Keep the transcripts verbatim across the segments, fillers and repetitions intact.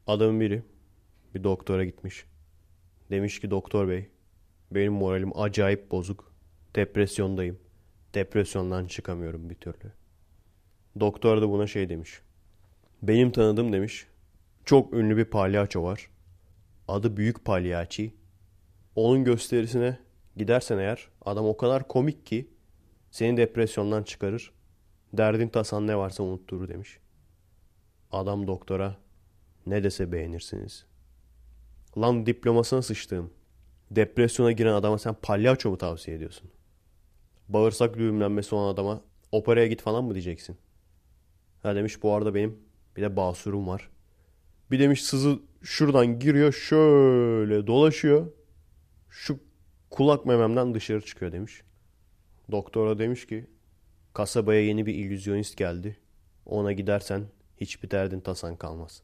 Adamın biri bir doktora gitmiş. Demiş ki doktor bey benim moralim acayip bozuk. Depresyondayım. Depresyondan çıkamıyorum bir türlü. Doktor da buna şey demiş. Benim tanıdığım demiş. Çok ünlü bir palyaço var. Adı Büyük Palyaçi. Onun gösterisine gidersen eğer adam o kadar komik ki seni depresyondan çıkarır. Derdin tasan ne varsa unutturur demiş. Adam doktora ne dese beğenirsiniz. Lan diplomasına sıçtığım. Depresyona giren adama sen palyaço mu tavsiye ediyorsun? Bağırsak düğümlenmesi olan adama operaya git falan mı diyeceksin? Ha demiş bu arada benim bir de basurum var. Bir demiş sızı şuradan giriyor şöyle dolaşıyor. Şu kulak mememden dışarı çıkıyor demiş. Doktora demiş ki kasabaya yeni bir illüzyonist geldi. Ona gidersen hiçbir derdin tasan kalmaz.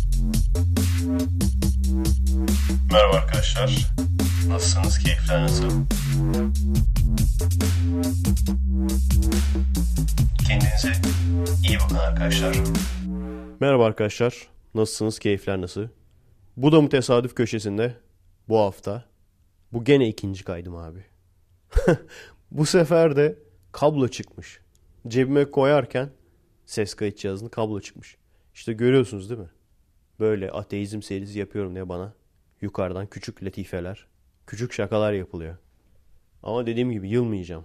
Merhaba arkadaşlar. Nasılsınız? Keyifler nasıl? Kendinize iyi bakın arkadaşlar. Merhaba arkadaşlar. Nasılsınız? Keyifler nasıl? Bu da mı tesadüf köşesinde? Bu hafta. Bu gene ikinci kaydım abi. Bu sefer de kablo çıkmış. Cebime koyarken ses kayıt cihazını kablo çıkmış. İşte görüyorsunuz değil mi? Böyle ateizm serisi yapıyorum diye bana yukarıdan küçük latifeler, küçük şakalar yapılıyor. Ama dediğim gibi yılmayacağım.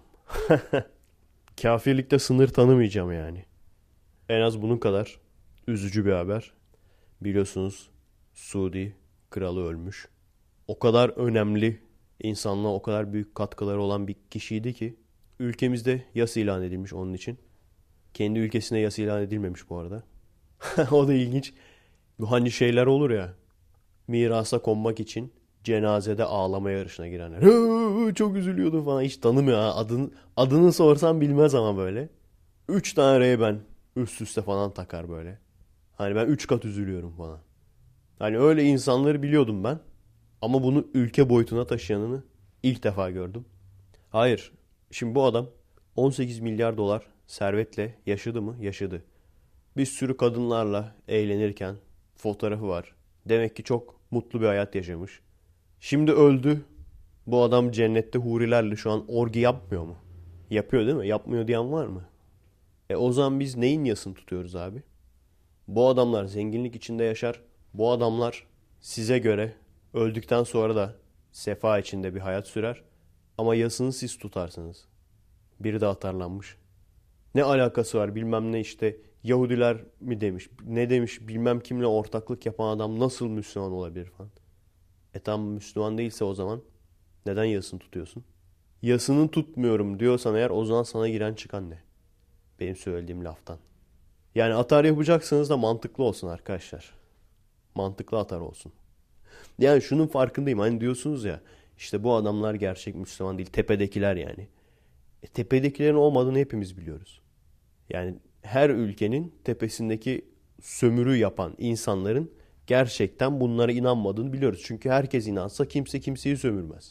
Kafirlikte sınır tanımayacağım yani. En az bunun kadar üzücü bir haber. Biliyorsunuz Suudi kralı ölmüş. O kadar önemli, insanlığa o kadar büyük katkıları olan bir kişiydi ki ülkemizde yas ilan edilmiş onun için. Kendi ülkesine yas ilan edilmemiş bu arada. O da ilginç. Bu hani şeyler olur ya. Mirasa konmak için cenazede ağlama yarışına girenler. "Hı, çok üzülüyordum falan. Hiç tanımıyor ha. Adını, adını sorsam bilmez ama böyle. Üç tane Ray-Ban üst üste falan takar böyle. Hani ben üç kat üzülüyorum falan. Hani öyle insanları biliyordum ben. Ama bunu ülke boyutuna taşıyanını ilk defa gördüm. Hayır. Şimdi bu adam on sekiz milyar dolar servetle yaşadı mı? Yaşadı. Bir sürü kadınlarla eğlenirken fotoğrafı var. Demek ki çok mutlu bir hayat yaşamış. Şimdi öldü. Bu adam cennette hurilerle şu an orgi yapmıyor mu? Yapıyor değil mi? Yapmıyor diyen var mı? E o zaman biz neyin yasını tutuyoruz abi? Bu adamlar zenginlik içinde yaşar. Bu adamlar size göre öldükten sonra da sefa içinde bir hayat sürer. Ama yasını siz tutarsınız. Biri de atarlanmış. Ne alakası var bilmem ne işte Yahudiler mi demiş ne demiş bilmem kimle ortaklık yapan adam nasıl Müslüman olabilir falan. E tam Müslüman değilse o zaman neden yasını tutuyorsun? Yasını tutmuyorum diyorsan eğer o zaman sana giren çıkan ne? Benim söylediğim laftan. Yani atar yapacaksanız da mantıklı olsun arkadaşlar. Mantıklı atar olsun. Yani şunun farkındayım hani diyorsunuz ya işte bu adamlar gerçek Müslüman değil tepedekiler yani. E, tepedekilerin olmadığını hepimiz biliyoruz. Yani her ülkenin tepesindeki sömürü yapan insanların gerçekten bunlara inanmadığını biliyoruz. Çünkü herkes inansa kimse kimseyi sömürmez.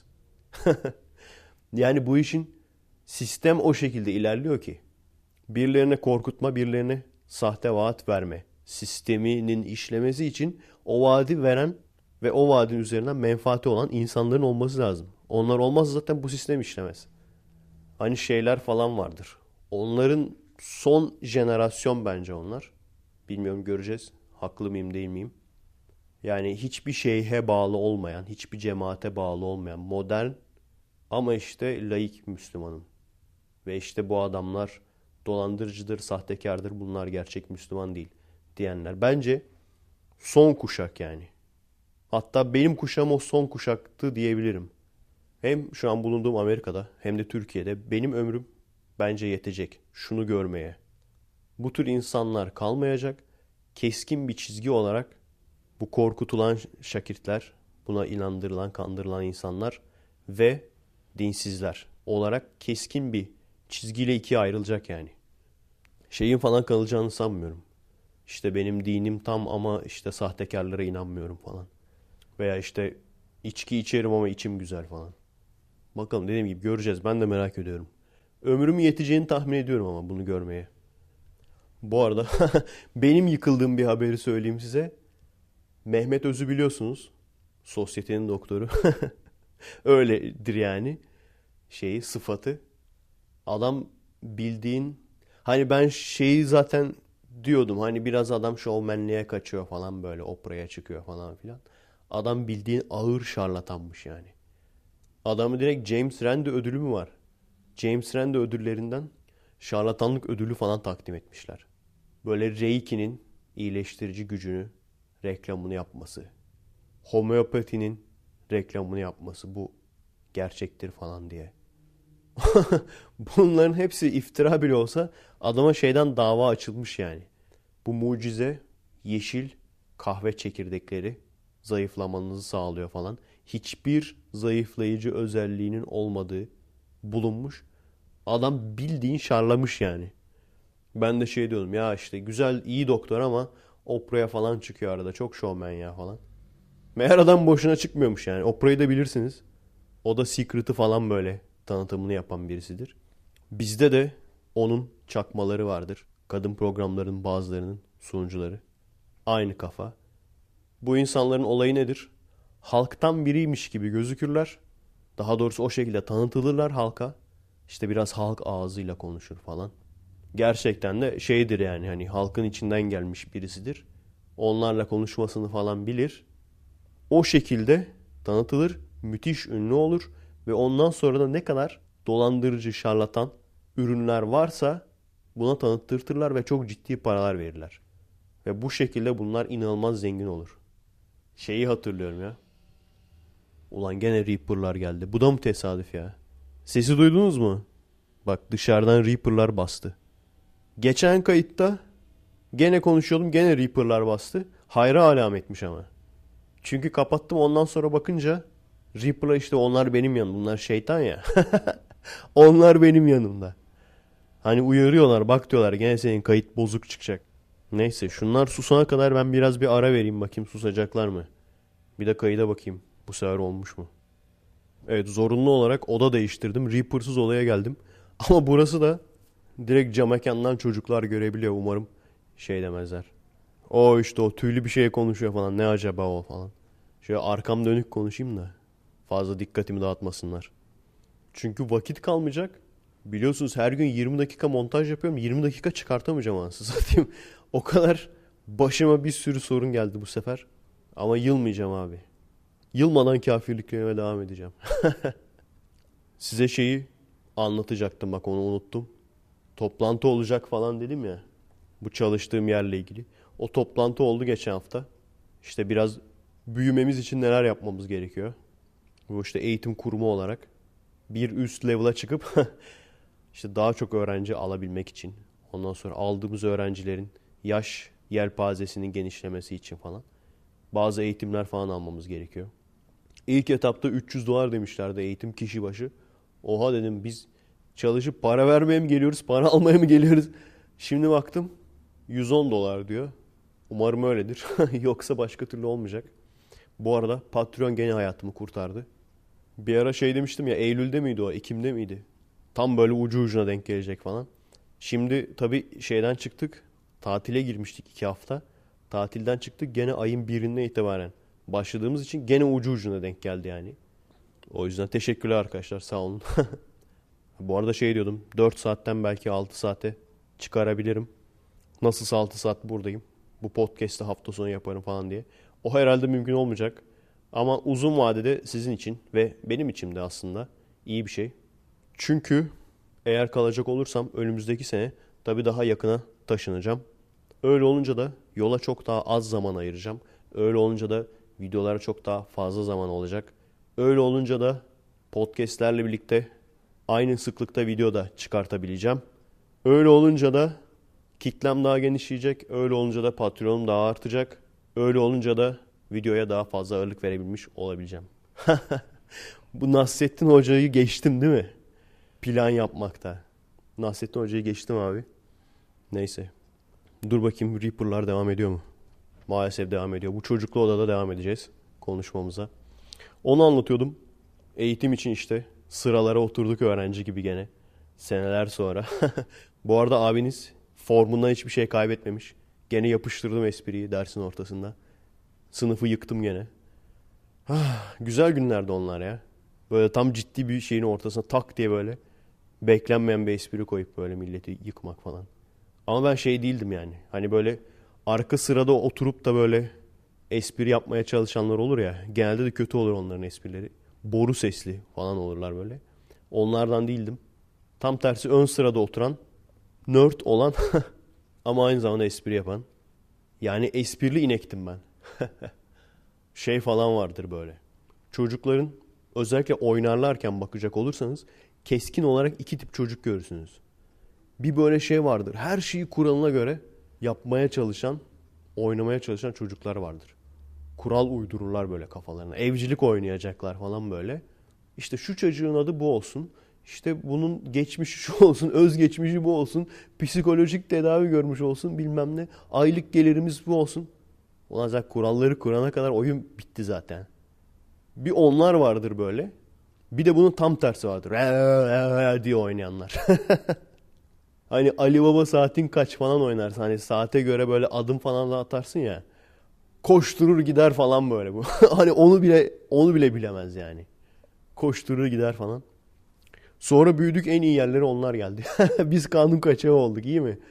Yani bu işin sistem o şekilde ilerliyor ki birilerine korkutma, birilerine sahte vaat verme sisteminin işlemesi için o vaadi veren ve o vaadin üzerinden menfaati olan insanların olması lazım. Onlar olmazsa zaten bu sistem işlemez. Hani şeyler falan vardır. Onların son jenerasyon bence onlar. Bilmiyorum göreceğiz. Haklı mıyım değil miyim? Yani hiçbir şeyhe bağlı olmayan, hiçbir cemaate bağlı olmayan modern ama işte laik Müslümanım. Ve işte bu adamlar dolandırıcıdır, sahtekardır, bunlar gerçek Müslüman değil diyenler. Bence son kuşak yani. Hatta benim kuşağım o son kuşaktı diyebilirim. Hem şu an bulunduğum Amerika'da hem de Türkiye'de benim ömrüm bence yetecek şunu görmeye. Bu tür insanlar kalmayacak. Keskin bir çizgi olarak bu korkutulan şakirtler, buna inandırılan, kandırılan insanlar ve dinsizler olarak keskin bir çizgiyle ikiye ayrılacak yani. Şeyin falan kalacağını sanmıyorum. İşte benim dinim tam ama işte sahtekarlara inanmıyorum falan. Veya işte içki içerim ama içim güzel falan. Bakalım dediğim gibi göreceğiz. Ben de merak ediyorum. Ömrüm yeteceğini tahmin ediyorum ama bunu görmeye. Bu arada benim yıkıldığım bir haberi söyleyeyim size. Mehmet Öz'ü biliyorsunuz. Sosyetenin doktoru. Öyledir yani. Şeyi, sıfatı. Adam bildiğin... Hani ben şeyi zaten diyordum. Hani biraz adam şovmenliğe kaçıyor falan böyle. Opraya çıkıyor falan filan. Adam bildiğin ağır şarlatanmış yani. Adamı direkt James Randi ödülü mü var? James Randi ödüllerinden şarlatanlık ödülü falan takdim etmişler. Böyle Reiki'nin iyileştirici gücünü reklamını yapması. Homeopatinin reklamını yapması. Bu gerçektir falan diye. Bunların hepsi iftira bile olsa adama şeyden dava açılmış yani. Bu mucize yeşil kahve çekirdekleri zayıflamanızı sağlıyor falan. Hiçbir zayıflayıcı özelliğinin olmadığı bulunmuş. Adam bildiğin şarlamış yani. Ben de şey diyordum ya işte güzel iyi doktor ama Oprah'ya falan çıkıyor arada. Çok şovmen ya falan. Meğer adam boşuna çıkmıyormuş yani. Oprah'yı da bilirsiniz. O da Secret'ı falan böyle tanıtımını yapan birisidir. Bizde de onun çakmaları vardır. Kadın programlarının bazılarının sunucuları. Aynı kafa. Bu insanların olayı nedir? Halktan biriymiş gibi gözükürler. Daha doğrusu o şekilde tanıtılırlar halka. İşte biraz halk ağzıyla konuşur falan. Gerçekten de şeydir yani hani halkın içinden gelmiş birisidir. Onlarla konuşmasını falan bilir. O şekilde tanıtılır, müthiş ünlü olur ve ondan sonra da ne kadar dolandırıcı, şarlatan ürünler varsa buna tanıttırtırlar ve çok ciddi paralar verirler. Ve bu şekilde bunlar inanılmaz zengin olur. Şeyi hatırlıyorum ya. Ulan gene Reaper'lar geldi. Bu da mı tesadüf ya? Sesi duydunuz mu? Bak dışarıdan Reaper'lar bastı. Geçen kayıtta gene konuşuyordum. Gene Reaper'lar bastı. Hayra alametmiş ama. Çünkü kapattım ondan sonra bakınca Reaper'lar işte onlar benim yanımda. Bunlar şeytan ya. Onlar benim yanımda. Hani uyarıyorlar bak diyorlar gene senin kayıt bozuk çıkacak. Neyse şunlar susana kadar ben biraz bir ara vereyim bakayım susacaklar mı? Bir de kayıda bakayım bu sefer olmuş mu? Evet zorunlu olarak oda değiştirdim. Reaper'sız odaya geldim. Ama burası da direkt cam mekandan çocuklar görebiliyor umarım şey demezler. O işte o tüylü bir şeye konuşuyor falan ne acaba o falan. Şöyle arkam dönük konuşayım da fazla dikkatimi dağıtmasınlar. Çünkü vakit kalmayacak. Biliyorsunuz her gün yirmi dakika montaj yapıyorum. yirmi dakika çıkartamayacağım anasını satayım. O kadar başıma bir sürü sorun geldi bu sefer. Ama yılmayacağım abi. Yılmadan kafirliklerime devam edeceğim. Size şeyi anlatacaktım bak onu unuttum. Toplantı olacak falan dedim ya. Bu çalıştığım yerle ilgili. O toplantı oldu geçen hafta. İşte biraz büyümemiz için neler yapmamız gerekiyor. Bu işte eğitim kurumu olarak bir üst level'a çıkıp işte daha çok öğrenci alabilmek için. Ondan sonra aldığımız öğrencilerin yaş yelpazesinin genişlemesi için falan. Bazı eğitimler falan almamız gerekiyor. İlk etapta üç yüz dolar demişlerdi eğitim kişi başı. Oha dedim biz çalışıp para vermeye mi geliyoruz, para almaya mı geliyoruz? Şimdi baktım yüz on dolar diyor. Umarım öyledir. Yoksa başka türlü olmayacak. Bu arada Patreon gene hayatımı kurtardı. Bir ara şey demiştim ya Eylül'de miydi o, Ekim'de miydi? Tam böyle ucu ucuna denk gelecek falan. Şimdi tabii şeyden çıktık. Tatile girmiştik iki hafta. Tatilden çıktık gene ayın birinden itibaren. Başladığımız için gene ucu ucuna denk geldi yani. O yüzden teşekkürler arkadaşlar sağ olun. Bu arada şey diyordum dört saatten belki altı saate çıkarabilirim. Nasılsa altı saat buradayım. Bu podcast'ı hafta sonu yaparım falan diye. O herhalde mümkün olmayacak. Ama uzun vadede sizin için ve benim için de aslında iyi bir şey. Çünkü eğer kalacak olursam önümüzdeki sene tabii daha yakına taşınacağım. Öyle olunca da yola çok daha az zaman ayıracağım. Öyle olunca da videolara çok daha fazla zaman olacak. Öyle olunca da podcastlerle birlikte aynı sıklıkta video da çıkartabileceğim. Öyle olunca da kitlem daha genişleyecek. Öyle olunca da Patreon'um daha artacak. Öyle olunca da videoya daha fazla ağırlık verebilmiş olabileceğim. Bu Nasrettin Hoca'yı geçtim değil mi? Plan yapmakta. Nasrettin Hoca'yı geçtim abi. Neyse. Dur bakayım Reaper'lar devam ediyor mu? Maalesef devam ediyor. Bu çocuklu odada devam edeceğiz konuşmamıza. Onu anlatıyordum. Eğitim için işte sıralara oturduk öğrenci gibi gene. Seneler sonra. Bu arada abiniz formundan hiçbir şey kaybetmemiş. Gene yapıştırdım espriyi dersin ortasında. Sınıfı yıktım gene. Ah, güzel günlerdi onlar ya. Böyle tam ciddi bir şeyin ortasına tak diye böyle beklenmeyen bir espri koyup böyle milleti yıkmak falan. Ama ben şey değildim yani. Hani böyle arka sırada oturup da böyle espri yapmaya çalışanlar olur ya. Genelde de kötü olur onların esprileri. Boru sesli falan olurlar böyle. Onlardan değildim. Tam tersi ön sırada oturan, nerd olan ama aynı zamanda espri yapan. Yani esprili inektim ben. Şey falan vardır böyle. Çocukların özellikle oynarlarken bakacak olursanız keskin olarak iki tip çocuk görürsünüz. Bir böyle şey vardır. Her şeyi kuralına göre yapmaya çalışan, oynamaya çalışan çocuklar vardır. Kural uydururlar böyle kafalarına. Evcilik oynayacaklar falan böyle. İşte şu çocuğun adı bu olsun. İşte bunun geçmişi şu olsun, özgeçmişi bu olsun. Psikolojik tedavi görmüş olsun bilmem ne. Aylık gelirimiz bu olsun. Ulan zaten kuralları kurana kadar oyun bitti zaten. Bir onlar vardır böyle. Bir de bunun tam tersi vardır. Diye oynayanlar. Hani Ali Baba saatin kaç falan oynarsın. Hani saate göre böyle adım falan da atarsın ya. Koşturur gider falan böyle bu. Hani onu bile onu bile bilemez yani. Koşturur gider falan. Sonra büyüdük, en iyi yerlere onlar geldi. Biz kanun kaçağı olduk, iyi mi?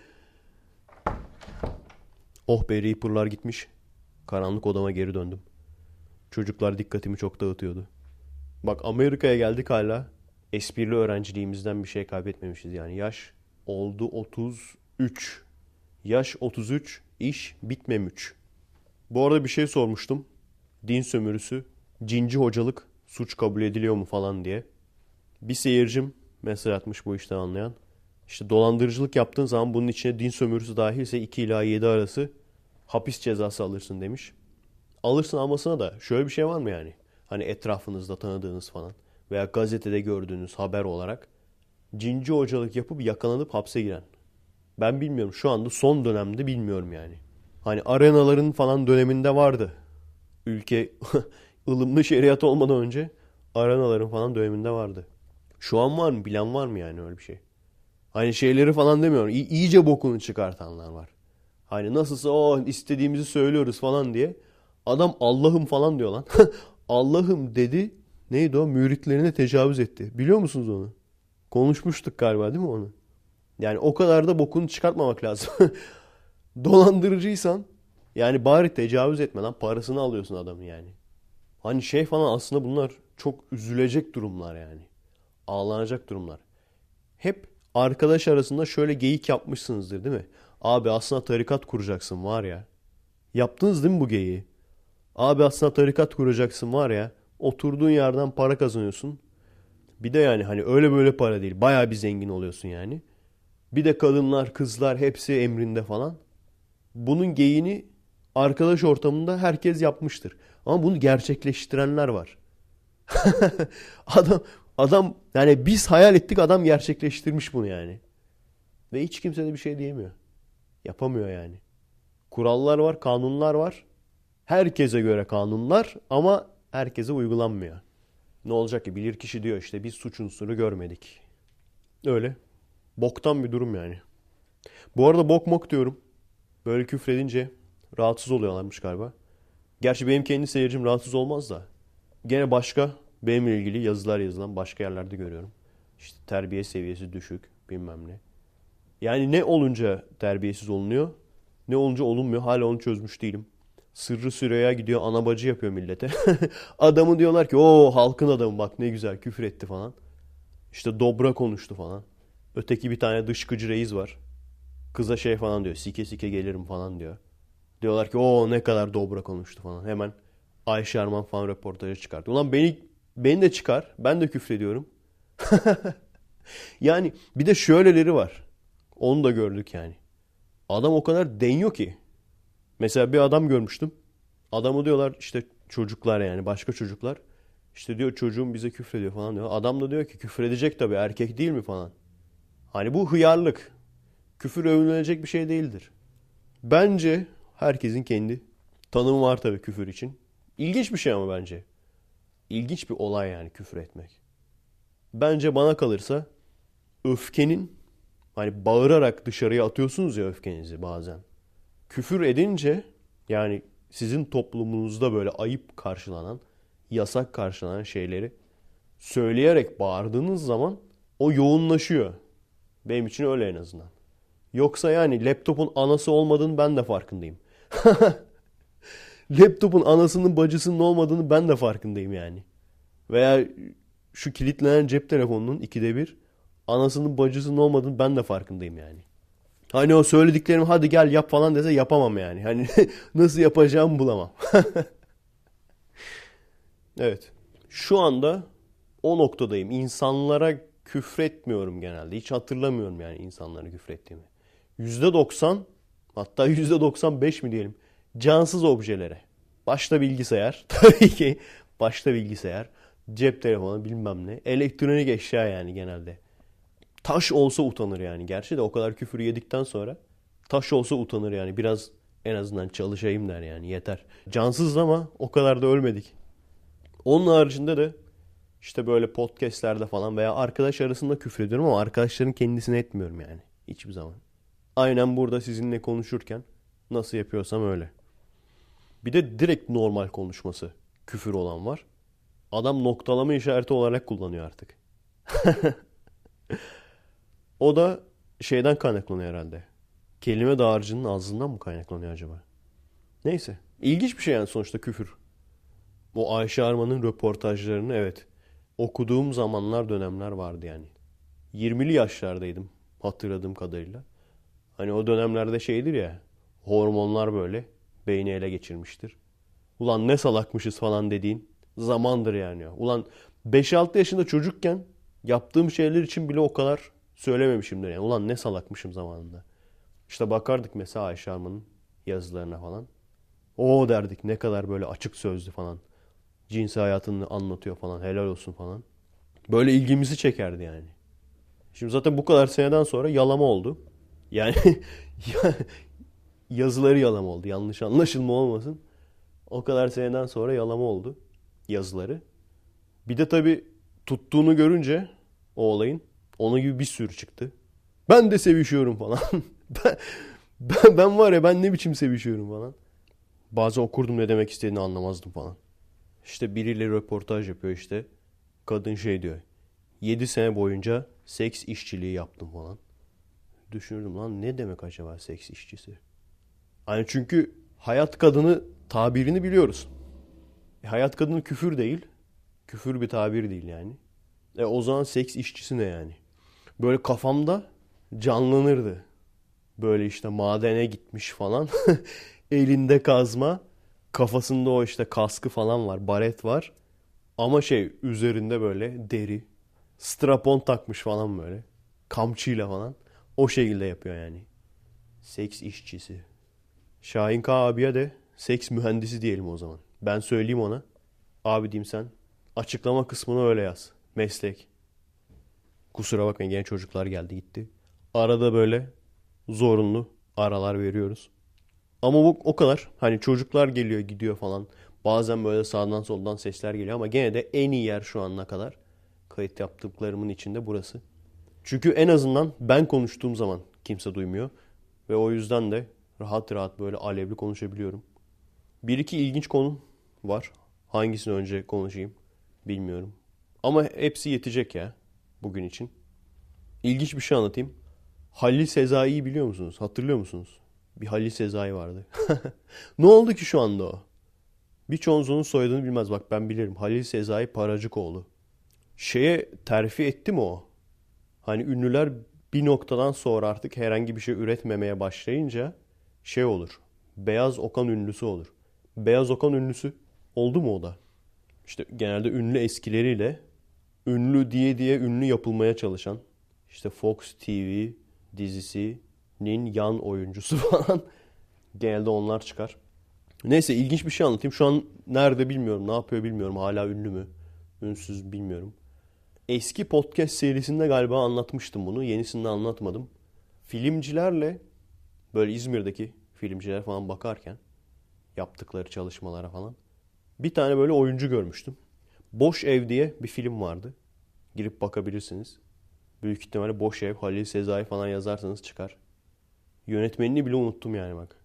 Oh be, Reaper'lar gitmiş. Karanlık odama geri döndüm. Çocuklar dikkatimi çok dağıtıyordu. Bak, Amerika'ya geldik hala. Esprili öğrenciliğimizden bir şey kaybetmemişiz yani. Yaş oldu otuz üç. Yaş otuz üç, iş bitmemiş. Bu arada bir şey sormuştum. Din sömürüsü, cinci hocalık suç kabul ediliyor mu falan diye. Bir seyircim mesaj atmış bu işten anlayan. İşte dolandırıcılık yaptığın zaman bunun içine din sömürüsü dahilse iki ila yedi arası hapis cezası alırsın demiş. Alırsın almasına da şöyle bir şey var mı yani? Hani etrafınızda tanıdığınız falan veya gazetede gördüğünüz haber olarak cinci hocalık yapıp yakalanıp hapse giren. Ben bilmiyorum, şu anda son dönemde bilmiyorum yani. Hani arenaların falan döneminde vardı. Ülke ılımlı şeriat olmadan önce arenaların falan döneminde vardı. Şu an var mı? Bilen var mı yani öyle bir şey? Hani şeyleri falan demiyorum. İ- iyice bokunu çıkartanlar var. Hani nasılsa o istediğimizi söylüyoruz falan diye. Adam Allah'ım falan diyor lan. Allah'ım dedi. Neydi o? Müritlerine tecavüz etti. Biliyor musunuz onu? Konuşmuştuk galiba değil mi onu? Yani o kadar da bokunu çıkartmamak lazım. Dolandırıcıysan yani bari tecavüz etme lan. Parasını alıyorsun adamın yani. Hani şey falan, aslında bunlar çok üzülecek durumlar yani. Ağlanacak durumlar. Hep arkadaş arasında şöyle geyik yapmışsınızdır değil mi? Abi aslında tarikat kuracaksın var ya. Yaptınız değil mi bu geyiği? Abi aslında tarikat kuracaksın var ya. Oturduğun yerden para kazanıyorsun. Bir de yani hani öyle böyle para değil. Bayağı bir zengin oluyorsun yani. Bir de kadınlar, kızlar hepsi emrinde falan. Bunun geyiğini arkadaş ortamında herkes yapmıştır. Ama bunu gerçekleştirenler var. Adam adam yani biz hayal ettik, adam gerçekleştirmiş bunu yani. Ve hiç kimse de bir şey diyemiyor. Yapamıyor yani. Kurallar var, kanunlar var. Herkese göre kanunlar ama herkese uygulanmıyor. Ne olacak ki, bilirkişi diyor işte biz suç unsuru görmedik. Öyle. Boktan bir durum yani. Bu arada bok mok diyorum. Böyle küfredince rahatsız oluyorlarmış galiba. Gerçi benim kendi seyircim rahatsız olmaz da. Gene başka benimle ilgili yazılar yazılan başka yerlerde görüyorum. İşte terbiye seviyesi düşük bilmem ne. Yani ne olunca terbiyesiz olunuyor, ne olunca olunmuyor, hala onu çözmüş değilim. Sırrı Süreyya gidiyor ana bacı yapıyor millete. Adamı diyorlar ki o halkın adamı bak ne güzel küfür etti falan. İşte dobra konuştu falan. Öteki bir tane dışkıcı reis var. Kıza şey falan diyor, sike sike gelirim falan diyor. Diyorlar ki o ne kadar dobra konuştu falan. Hemen Ayşe Arman falan röportajı çıkartıyor. Ulan beni beni de çıkar. Ben de küfrediyorum. Yani bir de şöyleleri var. Onu da gördük yani. Adam o kadar deniyor ki. Mesela bir adam görmüştüm. Adamı diyorlar işte çocuklar, yani başka çocuklar. İşte diyor çocuğum bize küfrediyor falan diyor. Adam da diyor ki küfredecek tabii, erkek değil mi falan. Hani bu hıyarlık. Küfür övünülecek bir şey değildir. Bence herkesin kendi tanımı var tabii küfür için. İlginç bir şey ama bence. İlginç bir olay yani küfür etmek. Bence bana kalırsa öfkenin, hani bağırarak dışarıya atıyorsunuz ya öfkenizi bazen. Küfür edince yani sizin toplumunuzda böyle ayıp karşılanan, yasak karşılanan şeyleri söyleyerek bağırdığınız zaman o yoğunlaşıyor. Benim için öyle en azından. Yoksa yani laptopun anası olmadığını ben de farkındayım. Laptopun anasının bacısının olmadığını ben de farkındayım yani. Veya şu kilitlenen cep telefonunun ikide bir anasının bacısının olmadığını ben de farkındayım yani. Hani o söylediklerimi hadi gel yap falan dese yapamam yani. Hani nasıl yapacağımı bulamam. Evet. Şu anda o noktadayım. İnsanlara küfretmiyorum genelde. Hiç hatırlamıyorum yani insanlara küfrettiğimi. yüzde doksan, hatta yüzde doksan beş mi diyelim, cansız objelere. Başta bilgisayar. Tabii ki başta bilgisayar. Cep telefonu bilmem ne. Elektronik eşya yani genelde. Taş olsa utanır yani. Gerçi de o kadar küfür yedikten sonra taş olsa utanır yani. Biraz en azından çalışayım der yani, yeter. Cansız ama o kadar da ölmedik. Onun haricinde de işte böyle podcastlerde falan veya arkadaş arasında küfrediyorum ama arkadaşların kendisine etmiyorum yani. Hiçbir zaman. Aynen burada sizinle konuşurken nasıl yapıyorsam öyle. Bir de direkt normal konuşması küfür olan var. Adam noktalama işareti olarak kullanıyor artık. O da şeyden kaynaklanıyor herhalde. Kelime dağarcığının ağzından mı kaynaklanıyor acaba? Neyse. İlginç bir şey yani sonuçta küfür. O Ayşe Arman'ın röportajlarını evet okuduğum zamanlar, dönemler vardı yani. yirmili yaşlardaydım hatırladığım kadarıyla. Hani o dönemlerde şeydir ya, hormonlar böyle beyni ele geçirmiştir. Ulan ne salakmışız falan dediğin zamandır yani. Ulan beş altı yaşında çocukken yaptığım şeyler için bile o kadar söylememişimdir yani. Ulan ne salakmışım zamanında. İşte bakardık mesela Ayşe Arman'ın yazılarına falan. O derdik ne kadar böyle açık sözlü falan. Cinsi hayatını anlatıyor falan, helal olsun falan. Böyle ilgimizi çekerdi yani. Şimdi zaten bu kadar seneden sonra yalama oldu. Yani yazıları yalama oldu. Yanlış anlaşılma olmasın. O kadar seneden sonra yalama oldu yazıları. Bir de tabii tuttuğunu görünce o olayın onun gibi bir sürü çıktı. Ben de sevişiyorum falan. ben, ben, ben var ya ben ne biçim sevişiyorum falan. Bazen okurdum ne demek istediğini anlamazdım falan. İşte biriyle röportaj yapıyor işte. Kadın şey diyor. yedi sene boyunca seks işçiliği yaptım falan. Düşünürdüm lan ne demek acaba seks işçisi? Hani çünkü hayat kadını tabirini biliyoruz. E, hayat kadını küfür değil. Küfür bir tabir değil yani. E o zaman seks işçisi ne yani? Böyle kafamda canlanırdı. Böyle işte madene gitmiş falan. Elinde kazma. Kafasında o işte kaskı falan var. Baret var. Ama şey üzerinde böyle deri. Strapon takmış falan böyle. Kamçıyla falan. O şekilde yapıyor yani. Seks işçisi. Şahin K abiye de seks mühendisi diyelim o zaman. Ben söyleyeyim ona. Abi diyeyim sen. Açıklama kısmını öyle yaz. Meslek. Kusura bakmayın gene çocuklar geldi gitti. Arada böyle zorunlu aralar veriyoruz. Ama bu o kadar. Hani çocuklar geliyor gidiyor falan. Bazen böyle sağdan soldan sesler geliyor ama gene de en iyi yer şu ana kadar kayıt yaptıklarımın içinde burası. Çünkü en azından ben konuştuğum zaman kimse duymuyor. Ve o yüzden de rahat rahat böyle alevli konuşabiliyorum. Bir iki ilginç konu var. Hangisini önce konuşayım bilmiyorum. Ama hepsi yetecek ya bugün için. İlginç bir şey anlatayım. Halil Sezai'yi biliyor musunuz? Hatırlıyor musunuz? Bir Halil Sezai vardı. Ne oldu ki şu anda o? Birçoğunuz onun soyadını bilmez. Bak ben bilirim. Halil Sezai Paracıkoğlu. Şeye terfi etti mi o? Hani ünlüler bir noktadan sonra artık herhangi bir şey üretmemeye başlayınca şey olur. Beyaz Okan ünlüsü olur. Beyaz Okan ünlüsü oldu mu o da? İşte genelde ünlü eskileriyle ünlü diye diye ünlü yapılmaya çalışan işte Fox T V dizisinin yan oyuncusu falan genelde onlar çıkar. Neyse ilginç bir şey anlatayım. Şu an nerede bilmiyorum, ne yapıyor bilmiyorum. Hala ünlü mü, ünsüz bilmiyorum. Eski podcast serisinde galiba anlatmıştım bunu. Yenisinde anlatmadım. Filmcilerle böyle İzmir'deki filmciler falan bakarken yaptıkları çalışmalara falan bir tane böyle oyuncu görmüştüm. Boş Ev diye bir film vardı. Girip bakabilirsiniz. Büyük ihtimalle Boş Ev, Halil Sezai falan yazarsanız çıkar. Yönetmenini bile unuttum yani bak.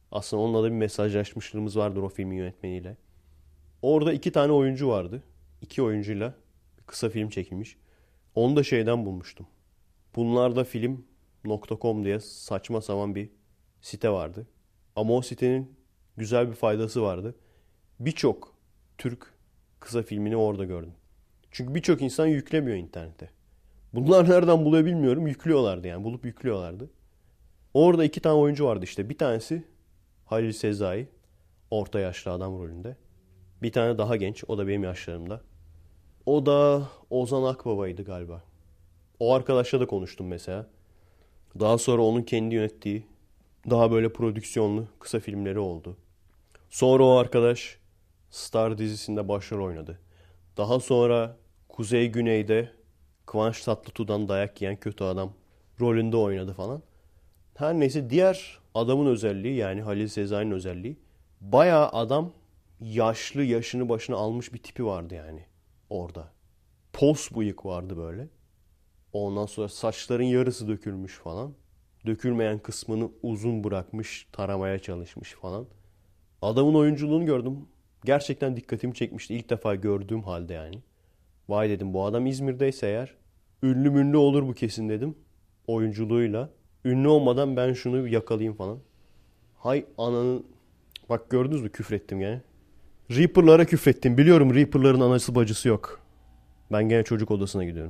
Aslında onunla da bir mesajlaşmışlığımız vardır o filmin yönetmeniyle. Orada iki tane oyuncu vardı. İki oyuncuyla bir kısa film çekilmiş. Onu da şeyden bulmuştum. Bunlarda film nokta com diye saçma sapan bir site vardı. Ama o sitenin güzel bir faydası vardı. Birçok Türk kısa filmini orada gördüm. Çünkü birçok insan yüklemiyor internete. Bunlar nereden buluyor bilmiyorum. Yüklüyorlardı yani. Bulup yüklüyorlardı. Orada iki tane oyuncu vardı işte. Bir tanesi Halil Sezai. Orta yaşlı adam rolünde. Bir tane daha genç. O da benim yaşlarımda. O da Ozan Akbaba'ydı galiba. O arkadaşla da konuştum mesela. Daha sonra onun kendi yönettiği daha böyle prodüksiyonlu kısa filmleri oldu. Sonra o arkadaş Star dizisinde başrol oynadı. Daha sonra Kuzey Güney'de Kıvanç Tatlıtuğ'dan dayak yiyen kötü adam rolünde oynadı falan. Her neyse diğer adamın özelliği yani Halil Sezai'nin özelliği bayağı adam yaşlı yaşını başına almış bir tipi vardı yani orada. Pos bıyık vardı böyle. Ondan sonra saçların yarısı dökülmüş falan. Dökülmeyen kısmını uzun bırakmış, taramaya çalışmış falan. Adamın oyunculuğunu gördüm. Gerçekten dikkatimi çekmişti. İlk defa gördüğüm halde yani. Vay dedim bu adam İzmir'deyse eğer ünlü münlü olur bu kesin dedim. Oyunculuğuyla. Ünlü olmadan ben şunu yakalayayım falan. Hay ananın... Bak gördünüz mü küfrettim gene. Reaper'lara küfrettim. Biliyorum Reaper'ların anası bacısı yok. Ben gene çocuk odasına gidiyorum.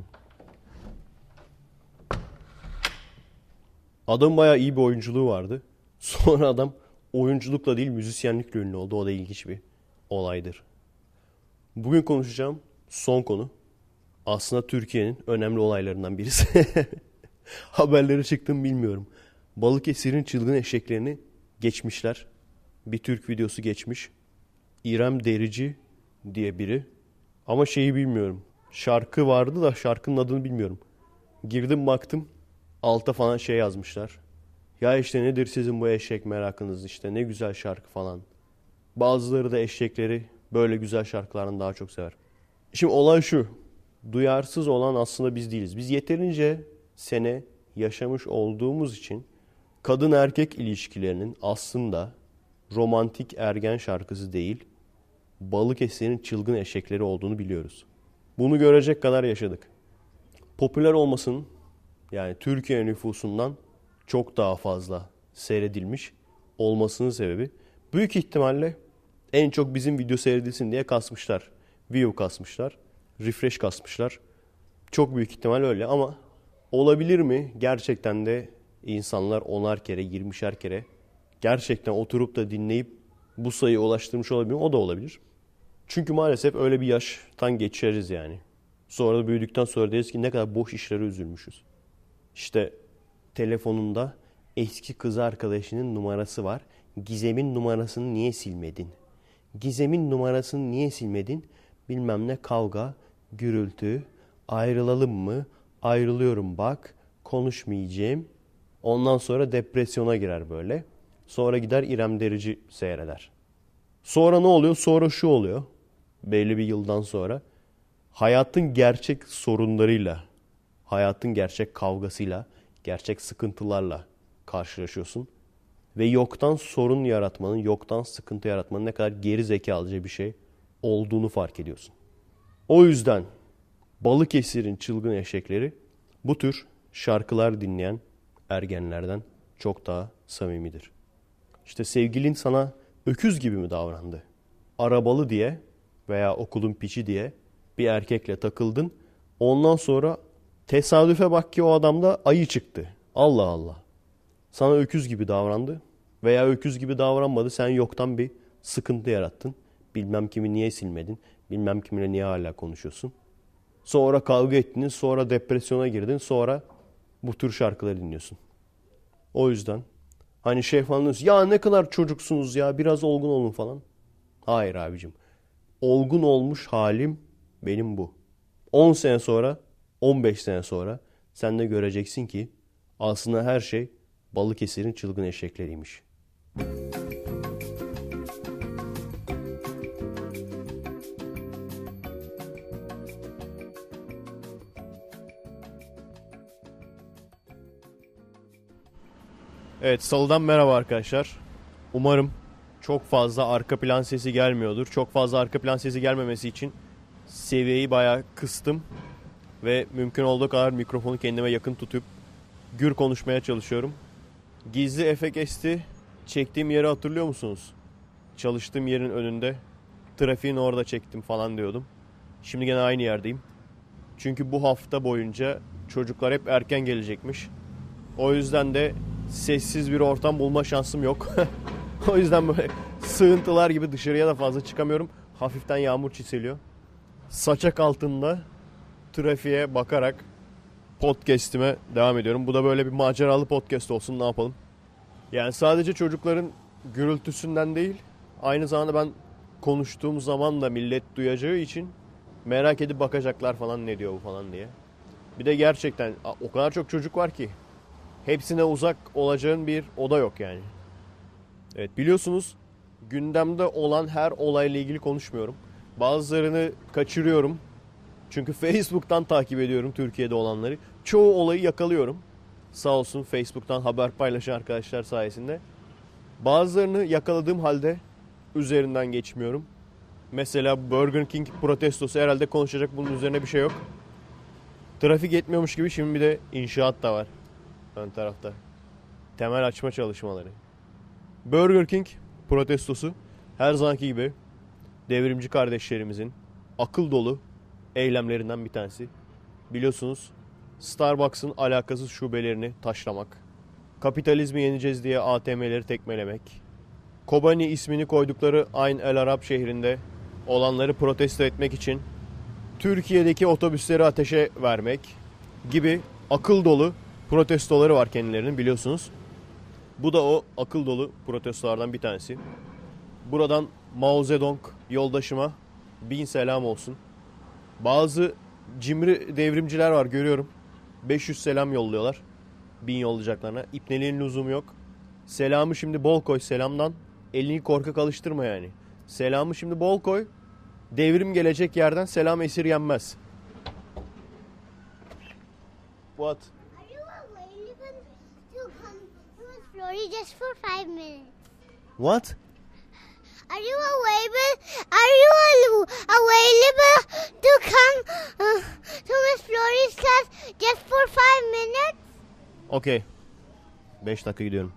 Adam bayağı iyi bir oyunculuğu vardı. Sonra adam oyunculukla değil müzisyenlikle ünlü oldu. O da ilginç bir olaydır. Bugün konuşacağım son konu. Aslında Türkiye'nin önemli olaylarından birisi. Haberleri çıktı mı bilmiyorum. Balıkesir'in çılgın eşeklerini geçmişler. Bir Türk videosu geçmiş. İrem Derici diye biri. Ama şeyi bilmiyorum. Şarkı vardı da şarkının adını bilmiyorum. Girdim baktım. Alta falan şey yazmışlar. Ya işte nedir sizin bu eşek merakınız işte ne güzel şarkı falan. Bazıları da eşekleri böyle güzel şarkılarını daha çok sever. Şimdi olay şu. Duyarsız olan aslında biz değiliz. Biz yeterince sene yaşamış olduğumuz için kadın erkek ilişkilerinin aslında romantik ergen şarkısı değil, Balıkesir'in çılgın eşekleri olduğunu biliyoruz. Bunu görecek kadar yaşadık. Popüler olmasının yani Türkiye nüfusundan çok daha fazla seyredilmiş olmasının sebebi büyük ihtimalle en çok bizim video seyredilsin diye kasmışlar. View kasmışlar. Refresh kasmışlar. Çok büyük ihtimal öyle ama olabilir mi? Gerçekten de insanlar onar kere, yirmişer kere gerçekten oturup da dinleyip bu sayıya ulaştırmış olabilir mi? O da olabilir. Çünkü maalesef öyle bir yaştan geçeriz yani. Sonra da büyüdükten sonra deriz ki ne kadar boş işlere üzülmüşüz. İşte telefonunda eski kız arkadaşının numarası var. Gizem'in numarasını niye silmedin? Gizem'in numarasını niye silmedin? Bilmem ne kavga, gürültü, ayrılalım mı? Ayrılıyorum bak, konuşmayacağım. Ondan sonra depresyona girer böyle. Sonra gider İrem Derici seyreder. Sonra ne oluyor? Sonra şu oluyor. Belli bir yıldan sonra. Hayatın gerçek sorunlarıyla, hayatın gerçek kavgasıyla, gerçek sıkıntılarla karşılaşıyorsun. Ve yoktan sorun yaratmanın, yoktan sıkıntı yaratmanın ne kadar geri zekalıca bir şey olduğunu fark ediyorsun. O yüzden Balıkesir'in çılgın eşekleri bu tür şarkılar dinleyen ergenlerden çok daha samimidir. İşte sevgilin sana öküz gibi mi davrandı? Arabalı diye veya okulun piçi diye bir erkekle takıldın. Ondan sonra tesadüfe bak ki o adamda ayı çıktı. Allah Allah. Sana öküz gibi davrandı veya öküz gibi davranmadı. Sen yoktan bir sıkıntı yarattın. Bilmem kimi niye silmedin. Bilmem kiminle niye hala konuşuyorsun. Sonra kavga ettiniz. Sonra depresyona girdin. Sonra bu tür şarkıları dinliyorsun. O yüzden hani şey falan diyorsun. Ya ne kadar çocuksunuz ya. Biraz olgun olun falan. Hayır abicim. Olgun olmuş halim benim bu. on sene sonra, on beş sene sonra sen de göreceksin ki aslında her şey Balıkesir'in çılgın eşekleriymiş. Evet, Salı'dan merhaba arkadaşlar. Umarım çok fazla arka plan sesi gelmiyordur. Çok fazla arka plan sesi gelmemesi için seviyeyi bayağı kıstım. Ve mümkün olduğu kadar mikrofonu kendime yakın tutup gür konuşmaya çalışıyorum. Gizli Efe Kesti çektiğim yeri hatırlıyor musunuz? Çalıştığım yerin önünde, trafiğin orada çektim falan diyordum. Şimdi gene aynı yerdeyim. Çünkü bu hafta boyunca çocuklar hep erken gelecekmiş. O yüzden de sessiz bir ortam bulma şansım yok. O yüzden böyle sığıntılar gibi dışarıya da fazla çıkamıyorum. Hafiften yağmur çiseliyor. Saçak altında trafiğe bakarak podcast'ime devam ediyorum. Bu da böyle bir maceralı podcast olsun, ne yapalım. Yani sadece çocukların gürültüsünden değil, aynı zamanda ben konuştuğum zaman da millet duyacağı için merak edip bakacaklar falan, ne diyor bu falan diye. Bir de gerçekten o kadar çok çocuk var ki hepsine uzak olacağın bir oda yok yani. Evet, biliyorsunuz gündemde olan her olayla ilgili konuşmuyorum. Bazılarını kaçırıyorum. Çünkü Facebook'tan takip ediyorum Türkiye'de olanları. Çoğu olayı yakalıyorum. Sağ olsun Facebook'tan haber paylaşan arkadaşlar sayesinde. Bazılarını yakaladığım halde üzerinden geçmiyorum. Mesela Burger King protestosu, herhalde konuşacak bunun üzerine bir şey yok. Trafik yetmiyormuş gibi şimdi bir de inşaat da var ön tarafta. Temel açma çalışmaları. Burger King protestosu her zamanki gibi devrimci kardeşlerimizin akıl dolu eylemlerinden bir tanesi. Biliyorsunuz Starbucks'ın alakasız şubelerini taşlamak, kapitalizmi yeneceğiz diye A T M'leri tekmelemek, Kobani ismini koydukları Ayn el Arab şehrinde olanları protesto etmek için Türkiye'deki otobüsleri ateşe vermek gibi akıl dolu protestoları var kendilerinin, biliyorsunuz. Bu da o akıl dolu protestolardan bir tanesi. Buradan Mao Zedong yoldaşıma bin selam olsun. Bazı cimri devrimciler var, görüyorum. beş yüz selam yolluyorlar. bin yollayacaklarına. İpneliğin lüzumu yok. Selamı şimdi bol koy selamdan. Elini korkak alıştırma yani. Selamı şimdi bol koy. Devrim gelecek yerden selam esirgenmez. What? Are you available to come to Florida just for five minutes? What? Are you available? Are you al- available to come uh, to Miss Florida's class just for five minutes? Okay. beş dakika gidiyorum.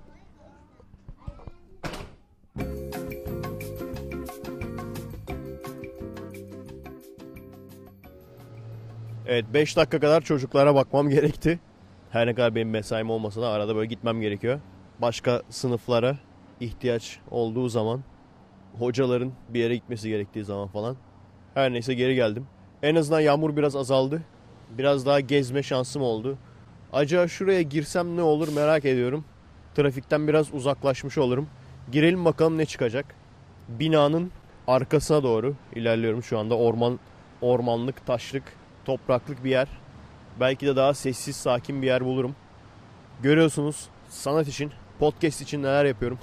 Evet, beş dakika kadar çocuklara bakmam gerekti. Her ne kadar benim mesaim olmasa da arada böyle gitmem gerekiyor. Başka sınıflara ihtiyaç olduğu zaman, hocaların bir yere gitmesi gerektiği zaman falan. Her neyse geri geldim. En azından yağmur biraz azaldı. Biraz daha gezme şansım oldu. Acaba şuraya girsem ne olur merak ediyorum. Trafikten biraz uzaklaşmış olurum. Girelim bakalım ne çıkacak. Binanın arkasına doğru ilerliyorum şu anda. Orman, ormanlık, taşlık, topraklık bir yer. Belki de daha sessiz, sakin bir yer bulurum. Görüyorsunuz sanat için, podcast için neler yapıyorum.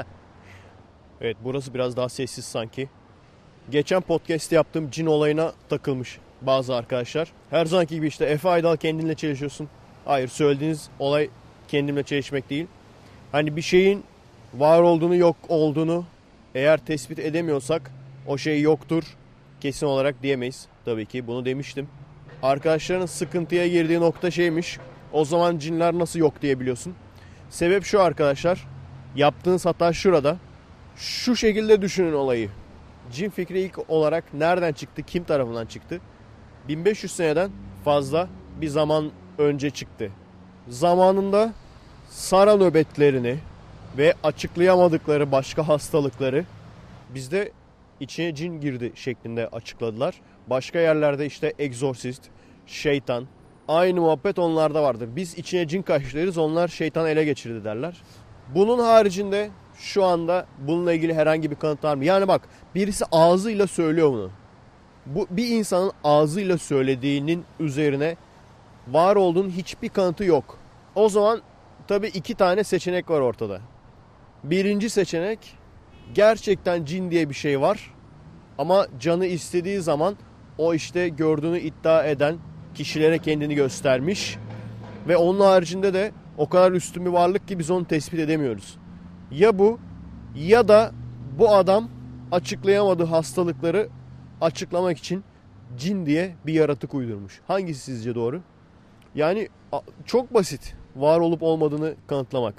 Evet, burası biraz daha sessiz sanki. Geçen podcast'te yaptığım cin olayına takılmış bazı arkadaşlar. Her zamanki gibi işte Efe Aydal kendinle çelişiyorsun. Hayır, söylediğiniz olay kendimle çelişmek değil. Hani bir şeyin var olduğunu, yok olduğunu eğer tespit edemiyorsak o şey yoktur kesin olarak diyemeyiz. Tabii ki bunu demiştim. Arkadaşların sıkıntıya girdiği nokta şeymiş. O zaman cinler nasıl yok diyebiliyorsun. Sebep şu arkadaşlar. Yaptığınız hata şurada. Şu şekilde düşünün olayı. Cin fikri ilk olarak nereden çıktı? Kim tarafından çıktı? bin beş yüz seneden fazla bir zaman önce çıktı. Zamanında Sara nöbetlerini ve açıklayamadıkları başka hastalıkları bizde içine cin girdi şeklinde açıkladılar. Başka yerlerde işte egzorsist, şeytan, aynı muhabbet onlarda vardır. Biz içine cin kaçtı deriz, onlar şeytan ele geçirdi derler. Bunun haricinde şu anda bununla ilgili herhangi bir kanıt var mı? Yani bak, birisi ağzıyla söylüyor bunu. Bu bir insanın ağzıyla söylediğinin üzerine var olduğunun hiçbir kanıtı yok. O zaman tabii iki tane seçenek var ortada. Birinci seçenek, gerçekten cin diye bir şey var. Ama canı istediği zaman o işte gördüğünü iddia eden kişilere kendini göstermiş. Ve onun haricinde de o kadar üstün bir varlık ki biz onu tespit edemiyoruz. Ya bu, ya da bu adam açıklayamadığı hastalıkları açıklamak için cin diye bir yaratık uydurmuş. Hangisi sizce doğru? Yani çok basit var olup olmadığını kanıtlamak.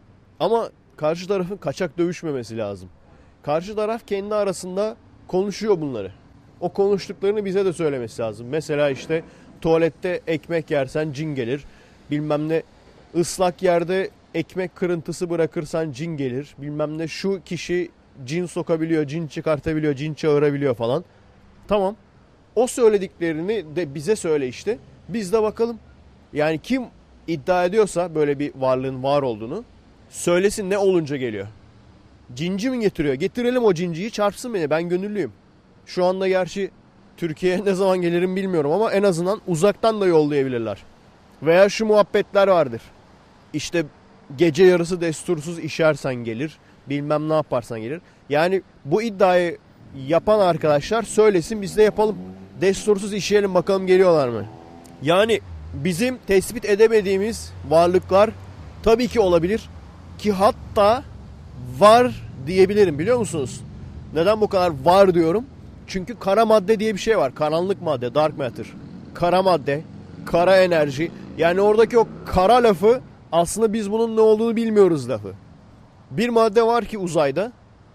Ama karşı tarafın kaçak dövüşmemesi lazım. Karşı taraf kendi arasında konuşuyor bunları. O konuştuklarını bize de söylemesi lazım. Mesela işte tuvalette ekmek yersen cin gelir. Bilmem ne ıslak yerde ekmek kırıntısı bırakırsan cin gelir. Bilmem ne şu kişi cin sokabiliyor, cin çıkartabiliyor, cin çağırabiliyor falan. Tamam. O söylediklerini de bize söyle işte. Biz de bakalım. Yani kim iddia ediyorsa böyle bir varlığın var olduğunu söylesin ne olunca geliyor. Cinci mi getiriyor? Getirelim o cinciyi, çarpsın beni. Ben gönüllüyüm. Şu anda gerçi Türkiye'ye ne zaman gelirim bilmiyorum ama en azından uzaktan da yollayabilirler. Veya şu muhabbetler vardır. İşte gece yarısı destursuz işersen gelir. Bilmem ne yaparsan gelir. Yani bu iddiayı yapan arkadaşlar söylesin, biz de yapalım. Destursuz işeyelim bakalım geliyorlar mı? Yani bizim tespit edemediğimiz varlıklar tabii ki olabilir. Ki hatta var diyebilirim, biliyor musunuz? Neden bu kadar var diyorum? Çünkü kara madde diye bir şey var. Karanlık madde, dark matter. Kara madde, kara enerji. Yani oradaki o kara lafı aslında biz bunun ne olduğunu bilmiyoruz lafı. Bir madde var ki uzayda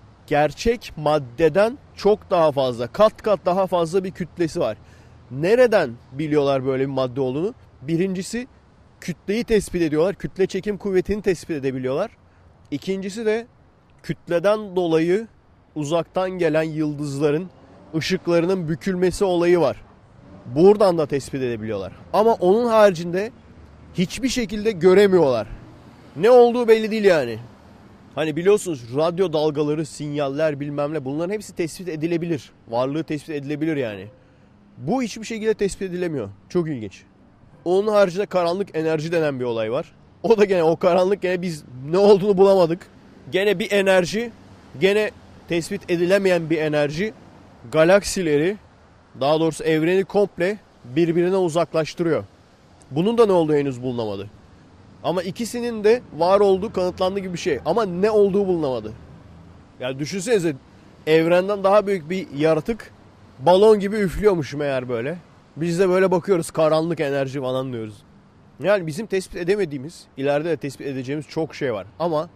gerçek maddeden çok daha fazla, kat kat daha fazla bir kütlesi var. Nereden biliyorlar böyle bir madde olduğunu? Birincisi kütleyi tespit ediyorlar. Kütle çekim kuvvetini tespit edebiliyorlar. İkincisi de kütleden dolayı uzaktan gelen yıldızların ışıklarının bükülmesi olayı var. Buradan da tespit edebiliyorlar. Ama onun haricinde hiçbir şekilde göremiyorlar. Ne olduğu belli değil yani. Hani biliyorsunuz radyo dalgaları, sinyaller bilmem ne, bunların hepsi tespit edilebilir. Varlığı tespit edilebilir yani. Bu hiçbir şekilde tespit edilemiyor. Çok ilginç. Onun haricinde karanlık enerji denen bir olay var. O da gene o karanlık, gene biz ne olduğunu bulamadık. Gene bir enerji, gene tespit edilemeyen bir enerji galaksileri, daha doğrusu evreni komple birbirine uzaklaştırıyor. Bunun da ne olduğu henüz bulunamadı. Ama ikisinin de var olduğu kanıtlandığı gibi bir şey. Ama ne olduğu bulunamadı. Yani düşünsenize, evrenden daha büyük bir yaratık balon gibi üflüyormuş meğer böyle. Biz de böyle bakıyoruz, karanlık enerji falan diyoruz. Yani bizim tespit edemediğimiz, ileride de tespit edeceğimiz çok şey var. Ama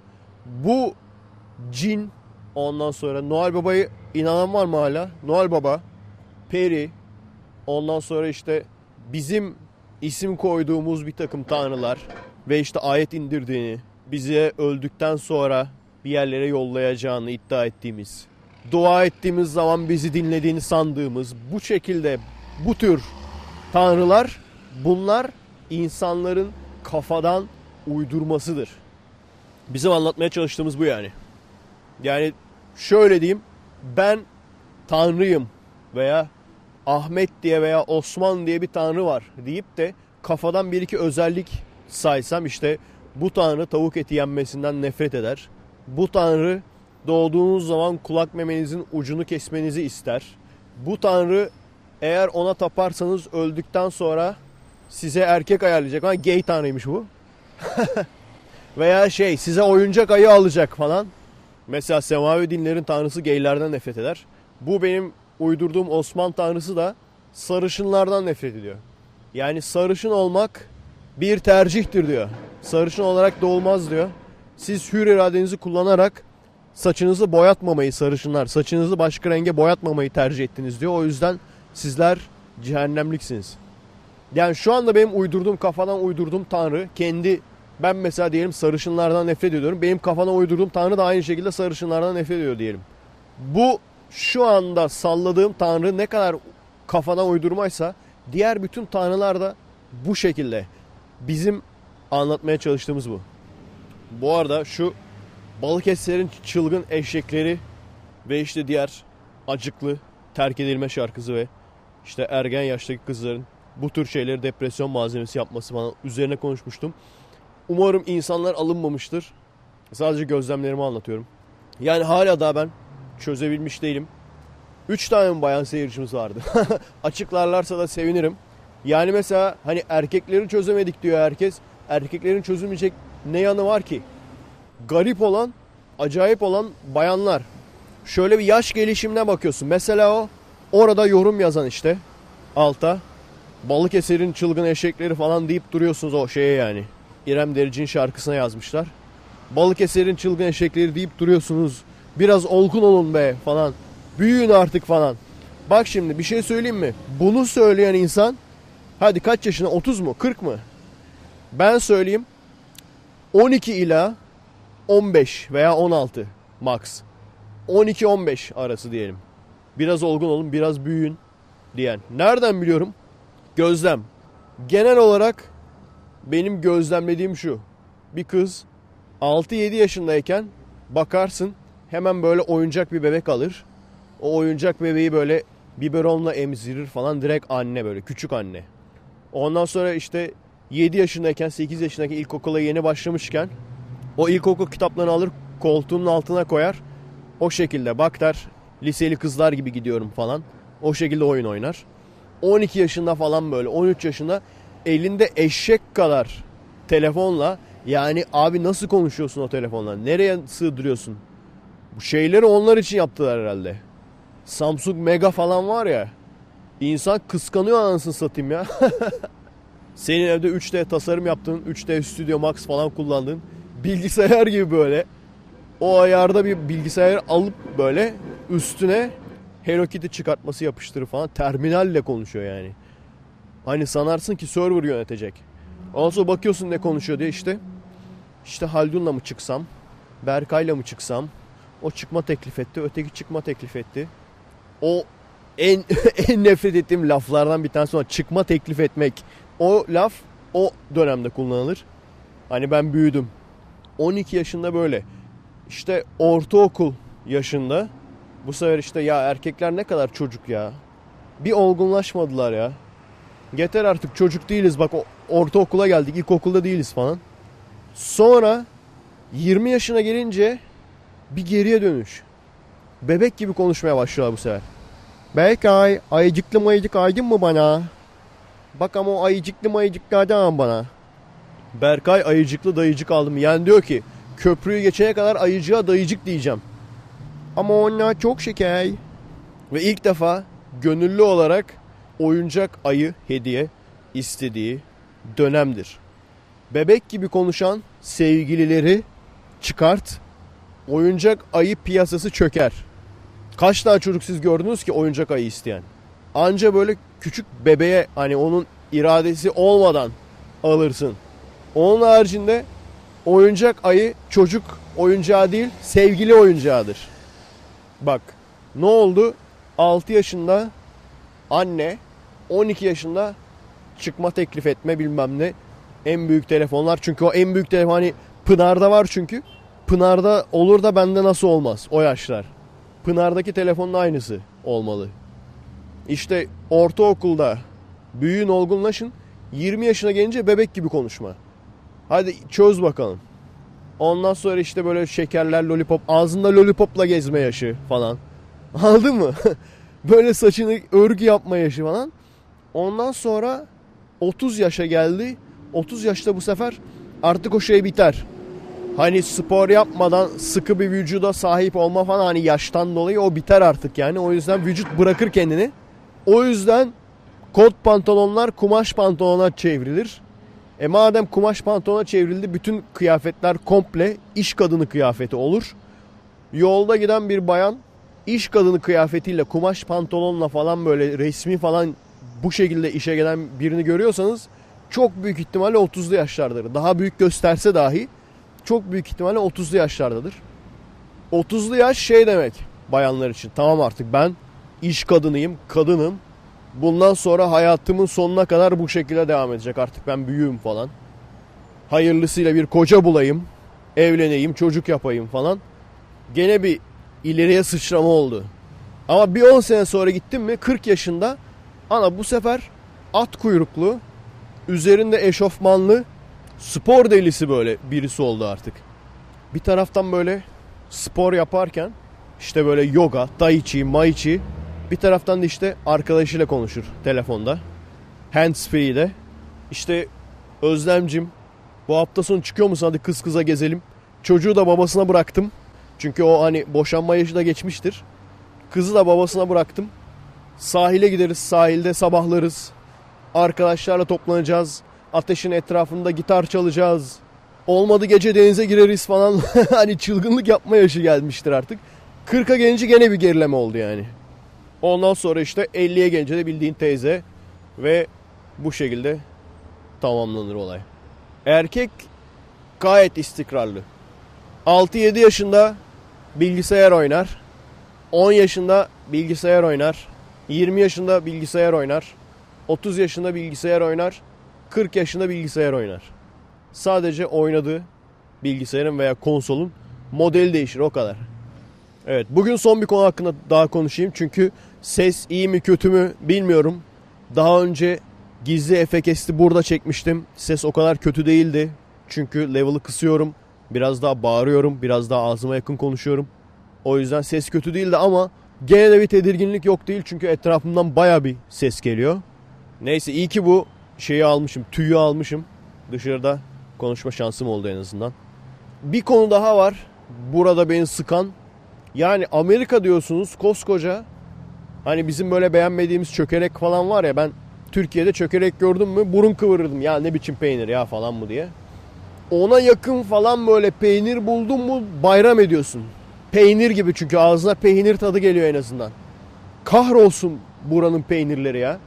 bu cin, ondan sonra Noel Baba'yı inanan var mı hala? Noel Baba, peri, ondan sonra işte bizim isim koyduğumuz bir takım tanrılar ve işte ayet indirdiğini, bize öldükten sonra bir yerlere yollayacağını iddia ettiğimiz, dua ettiğimiz zaman bizi dinlediğini sandığımız bu şekilde bu tür tanrılar, bunlar insanların kafadan uydurmasıdır. Bizim anlatmaya çalıştığımız bu yani. Yani şöyle diyeyim, ben tanrıyım veya Ahmet diye veya Osman diye bir tanrı var deyip de kafadan bir iki özellik saysam, işte bu tanrı tavuk eti yenmesinden nefret eder. Bu tanrı doğduğunuz zaman kulak memenizin ucunu kesmenizi ister. Bu tanrı eğer ona taparsanız öldükten sonra size erkek ayarlayacak. Ama gay tanrıymış bu. Veya şey, size oyuncak ayı alacak falan. Mesela semavi dinlerin tanrısı gaylerden nefret eder. Bu benim uydurduğum Osman tanrısı da sarışınlardan nefret ediyor. Yani sarışın olmak bir tercihtir diyor. Sarışın olarak doğulmaz diyor. Siz hür iradenizi kullanarak saçınızı boyatmamayı, sarışınlar saçınızı başka renge boyatmamayı tercih ettiniz diyor. O yüzden sizler cehennemliksiniz. Yani şu anda benim uydurduğum, kafadan uydurduğum tanrı kendi, ben mesela diyelim sarışınlardan nefret ediyorum. Benim kafadan uydurduğum tanrı da aynı şekilde sarışınlardan nefret ediyor diyelim. Bu şu anda salladığım tanrı ne kadar kafadan uydurmaysa diğer bütün tanrılar da bu şekilde. Bizim anlatmaya çalıştığımız bu. Bu arada şu Balıkesir'in çılgın eşekleri ve işte diğer acıklı terk edilme şarkısı ve işte ergen yaştaki kızların bu tür şeyleri depresyon malzemesi yapması falan üzerine konuşmuştum. Umarım insanlar alınmamıştır. Sadece gözlemlerimi anlatıyorum. Yani hala daha ben çözebilmiş değilim. Üç tane mi bayan seyircimiz vardı? Açıklarlarsa da sevinirim. Yani mesela hani erkekleri çözemedik diyor herkes. Erkeklerin çözülmeyecek ne yanı var ki? Garip olan acayip olan bayanlar. Şöyle bir yaş gelişimine bakıyorsun. Mesela o orada yorum yazan işte alta. Balıkesir'in çılgın eşekleri falan deyip duruyorsunuz o şeye yani. İrem Derici'nin şarkısına yazmışlar. Balıkesir'in çılgın eşekleri deyip duruyorsunuz. Biraz olgun olun be falan. Büyüyün artık falan. Bak şimdi bir şey söyleyeyim mi? Bunu söyleyen insan hadi kaç yaşında? otuz mu? kırk mı? Ben söyleyeyim. on iki ila on beş veya on altı max. on iki on beş arası diyelim. Biraz olgun olun, biraz büyüyün diyen. Nereden biliyorum? Gözlem. Genel olarak benim gözlemlediğim şu. Bir kız altı yedi yaşındayken bakarsın hemen böyle oyuncak bir bebek alır. O oyuncak bebeği böyle biberonla emzirir falan, direkt anne, böyle küçük anne. Ondan sonra işte yedi yaşındayken sekiz yaşındayken ilkokula yeni başlamışken o ilkokul kitaplarını alır koltuğunun altına koyar. O şekilde bak der, liseli kızlar gibi gidiyorum falan. O şekilde oyun oynar. on iki yaşında falan böyle on üç yaşında elinde eşek kadar telefonla, yani abi nasıl konuşuyorsun o telefonla? Nereye sığdırıyorsun? Bu şeyleri onlar için yaptılar herhalde. Samsung Mega falan var ya. İnsan kıskanıyor anasını satayım ya. Senin evde üç D tasarım yaptığın, üç D Studio Max falan kullandığın bilgisayar gibi böyle. O ayarda bir bilgisayar alıp böyle üstüne Hello Kitty çıkartması yapıştırır falan. Terminalle konuşuyor yani. Hani sanarsın ki server yönetecek. Ondan sonra bakıyorsun ne konuşuyor diye işte. İşte Haldun'la mı çıksam? Berkay'la mı çıksam? O çıkma teklif etti. Öteki çıkma teklif etti. O en en nefret ettiğim laflardan bir tanesi, sonra çıkma teklif etmek. O laf o dönemde kullanılır. Hani ben büyüdüm. on iki yaşında böyle. İşte ortaokul yaşında. Bu sefer işte ya erkekler ne kadar çocuk ya. Bir olgunlaşmadılar ya. Yeter artık, çocuk değiliz bak, ortaokula geldik, ilkokulda değiliz falan. Sonra yirmi yaşına gelince bir geriye dönüş. Bebek gibi konuşmaya başlıyorlar bu sefer. Berkay, ayıcıklı mayıcık aydın mı bana? Bak ama o ayıcıklı mayıcıklardan bana. Berkay ayıcıklı dayıcık aldım. Yani diyor ki köprüyü geçene kadar ayıcığa dayıcık diyeceğim. Ama onlar çok şeker. Ve ilk defa gönüllü olarak oyuncak ayı hediye istediği dönemdir. Bebek gibi konuşan sevgilileri çıkart, oyuncak ayı piyasası çöker. Kaç tane çocuk siz gördünüz ki oyuncak ayı isteyen? Anca böyle küçük bebeğe, hani onun iradesi olmadan alırsın. Onun haricinde oyuncak ayı çocuk oyuncağı değil, sevgili oyuncağıdır. Bak ne oldu? altı yaşında anne, on iki yaşında çıkma teklif etme bilmem ne. En büyük telefonlar, çünkü o en büyük telefon hani Pınar'da var çünkü. Pınar'da olur da bende nasıl olmaz o yaşlar. Pınar'daki telefonun aynısı olmalı. İşte ortaokulda büyüyün, olgunlaşın. yirmi yaşına gelince bebek gibi konuşma. Hadi çöz bakalım. Ondan sonra işte böyle şekerler, lollipop, ağzında lollipopla gezme yaşı falan. Aldın mı? Böyle saçını örgü yapma yaşı falan. Ondan sonra otuz yaşa geldi. otuz yaşta bu sefer artık o şey biter. Hani spor yapmadan sıkı bir vücuda sahip olma falan, hani yaştan dolayı o biter artık yani. O yüzden vücut bırakır kendini. O yüzden kot pantolonlar kumaş pantolona çevrilir. E madem kumaş pantolona çevrildi, bütün kıyafetler komple iş kadını kıyafeti olur. Yolda giden bir bayan iş kadını kıyafetiyle, kumaş pantolonla falan, böyle resmi falan bu şekilde işe gelen birini görüyorsanız çok büyük ihtimalle otuzlu yaşlardır. Daha büyük gösterse dahi çok büyük ihtimalle otuzlu yaşlardadır. otuzlu yaş şey demek bayanlar için. Tamam, artık ben iş kadınıyım, kadınım. Bundan sonra hayatımın sonuna kadar bu şekilde devam edecek. Artık ben büyüğüm falan. Hayırlısıyla bir koca bulayım, evleneyim, çocuk yapayım falan. Gene bir ileriye sıçrama oldu. Ama bir on sene sonra gittim mi kırk yaşında, ana bu sefer at kuyruklu, üzerinde eşofmanlı, spor delisi böyle birisi oldu artık. Bir taraftan böyle spor yaparken işte böyle yoga, tai chi, mai chi, bir taraftan da işte arkadaşıyla konuşur telefonda. Handsfree'de. İşte Özlemcim bu hafta sonu çıkıyor musun, hadi kız kıza gezelim. Çocuğu da babasına bıraktım. Çünkü o hani boşanma yaşı da geçmiştir. Kızı da babasına bıraktım. Sahile gideriz, sahilde sabahlarız. Arkadaşlarla toplanacağız. Ateşin etrafında gitar çalacağız. Olmadı gece denize gireriz falan. Hani çılgınlık yapma yaşı gelmiştir artık. kırka gelince gene bir gerileme oldu yani. Ondan sonra işte elliye gelince de bildiğin teyze. Ve bu şekilde tamamlanır olay. Erkek gayet istikrarlı. altı yedi yaşında bilgisayar oynar. on yaşında bilgisayar oynar. yirmi yaşında bilgisayar oynar. otuz yaşında bilgisayar oynar. kırk yaşında bilgisayar oynar. Sadece oynadığı bilgisayarın veya konsolun modeli değişir, o kadar. Evet, bugün son bir konu hakkında daha konuşayım. Çünkü ses iyi mi kötü mü bilmiyorum. Daha önce gizli F K S'ti burada çekmiştim. Ses o kadar kötü değildi. Çünkü level'ı kısıyorum. Biraz daha bağırıyorum. Biraz daha ağzıma yakın konuşuyorum. O yüzden ses kötü değildi ama gene de bir tedirginlik yok değil. Çünkü etrafımdan baya bir ses geliyor. Neyse, iyi ki bu şeyi almışım. Tüyü almışım. Dışarıda konuşma şansım oldu en azından. Bir konu daha var. Burada beni sıkan. Yani Amerika diyorsunuz, koskoca. Hani bizim böyle beğenmediğimiz çökelek falan var ya, ben Türkiye'de çökelek gördüm mü burun kıvırırdım. Ya ne biçim peynir ya falan mı diye. Ona yakın falan böyle peynir buldun mu bayram ediyorsun. Peynir gibi, çünkü ağzına peynir tadı geliyor en azından. Kahrolsun buranın peynirleri ya.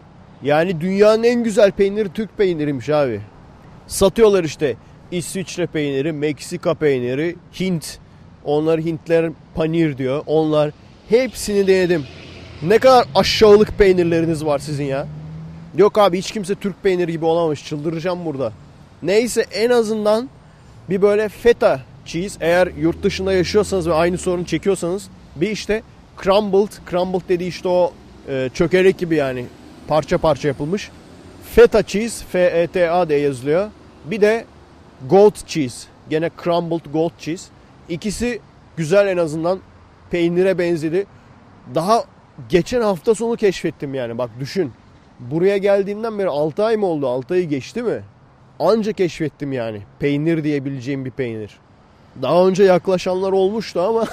Yani dünyanın en güzel peyniri Türk peyniriymiş abi. Satıyorlar işte İsviçre peyniri, Meksika peyniri, Hint. Onlar Hintler panir diyor. Onlar hepsini denedim. Ne kadar aşağılık peynirleriniz var sizin ya. Yok abi, hiç kimse Türk peyniri gibi olamamış. Çıldıracağım burada. Neyse, en azından bir böyle feta cheese, eğer yurt dışında yaşıyorsanız ve aynı sorunu çekiyorsanız, bir işte crumbled, crumbled dediği işte o e, çökelek gibi yani parça parça yapılmış. Feta cheese, F E T A diye yazılıyor. Bir de goat cheese, gene crumbled goat cheese. İkisi güzel, en azından peynire benzedi. Daha geçen hafta sonu keşfettim yani, bak düşün. Buraya geldiğimden beri altı ay mı oldu? altı ayı geçti mi? Anca keşfettim yani. Peynir diyebileceğim bir peynir. Daha önce yaklaşanlar olmuştu ama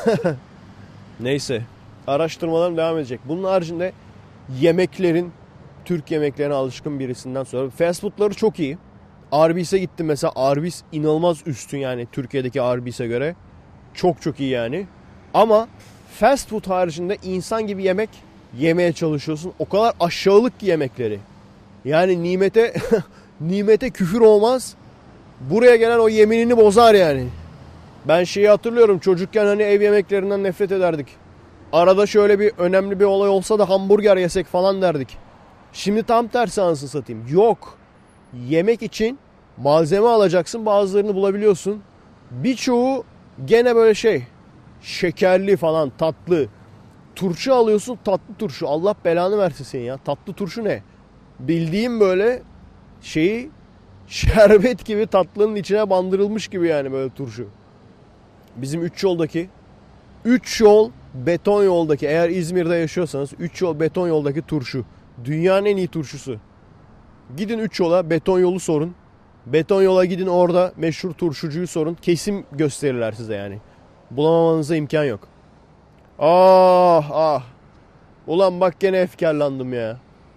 neyse. Araştırmalarım devam edecek. Bunun haricinde yemeklerin, Türk yemeklerine alışkın birisinden sonra fast foodları çok iyi. Arby's'e gittim mesela. Arby's inanılmaz üstün yani Türkiye'deki Arby's'e göre. Çok çok iyi yani. Ama fast food haricinde insan gibi yemek yemeye çalışıyorsun. O kadar aşağılık ki yemekleri. Yani nimete nimete küfür olmaz. Buraya gelen o yeminini bozar yani. Ben şeyi hatırlıyorum, çocukken hani ev yemeklerinden nefret ederdik. Arada şöyle bir önemli bir olay olsa da hamburger yesek falan derdik. Şimdi tam tersi, anasını satayım. Yok. Yemek için malzeme alacaksın, bazılarını bulabiliyorsun. Birçoğu gene böyle şey, şekerli falan, tatlı. Turşu alıyorsun, tatlı turşu. Allah belanı versin senin ya. Tatlı turşu ne? Bildiğim böyle şeyi şerbet gibi tatlının içine bandırılmış gibi yani böyle turşu. Bizim üç yoldaki üç yol beton yoldaki, eğer İzmir'de yaşıyorsanız üç yol beton yoldaki turşu dünyanın en iyi turşusu. Gidin üç yola, beton yolu sorun. Beton yola gidin, orada meşhur turşucuyu sorun. Kesim gösterirler size yani. Bulamamanıza imkan yok. Ah ah. Ulan bak gene efkarlandım ya.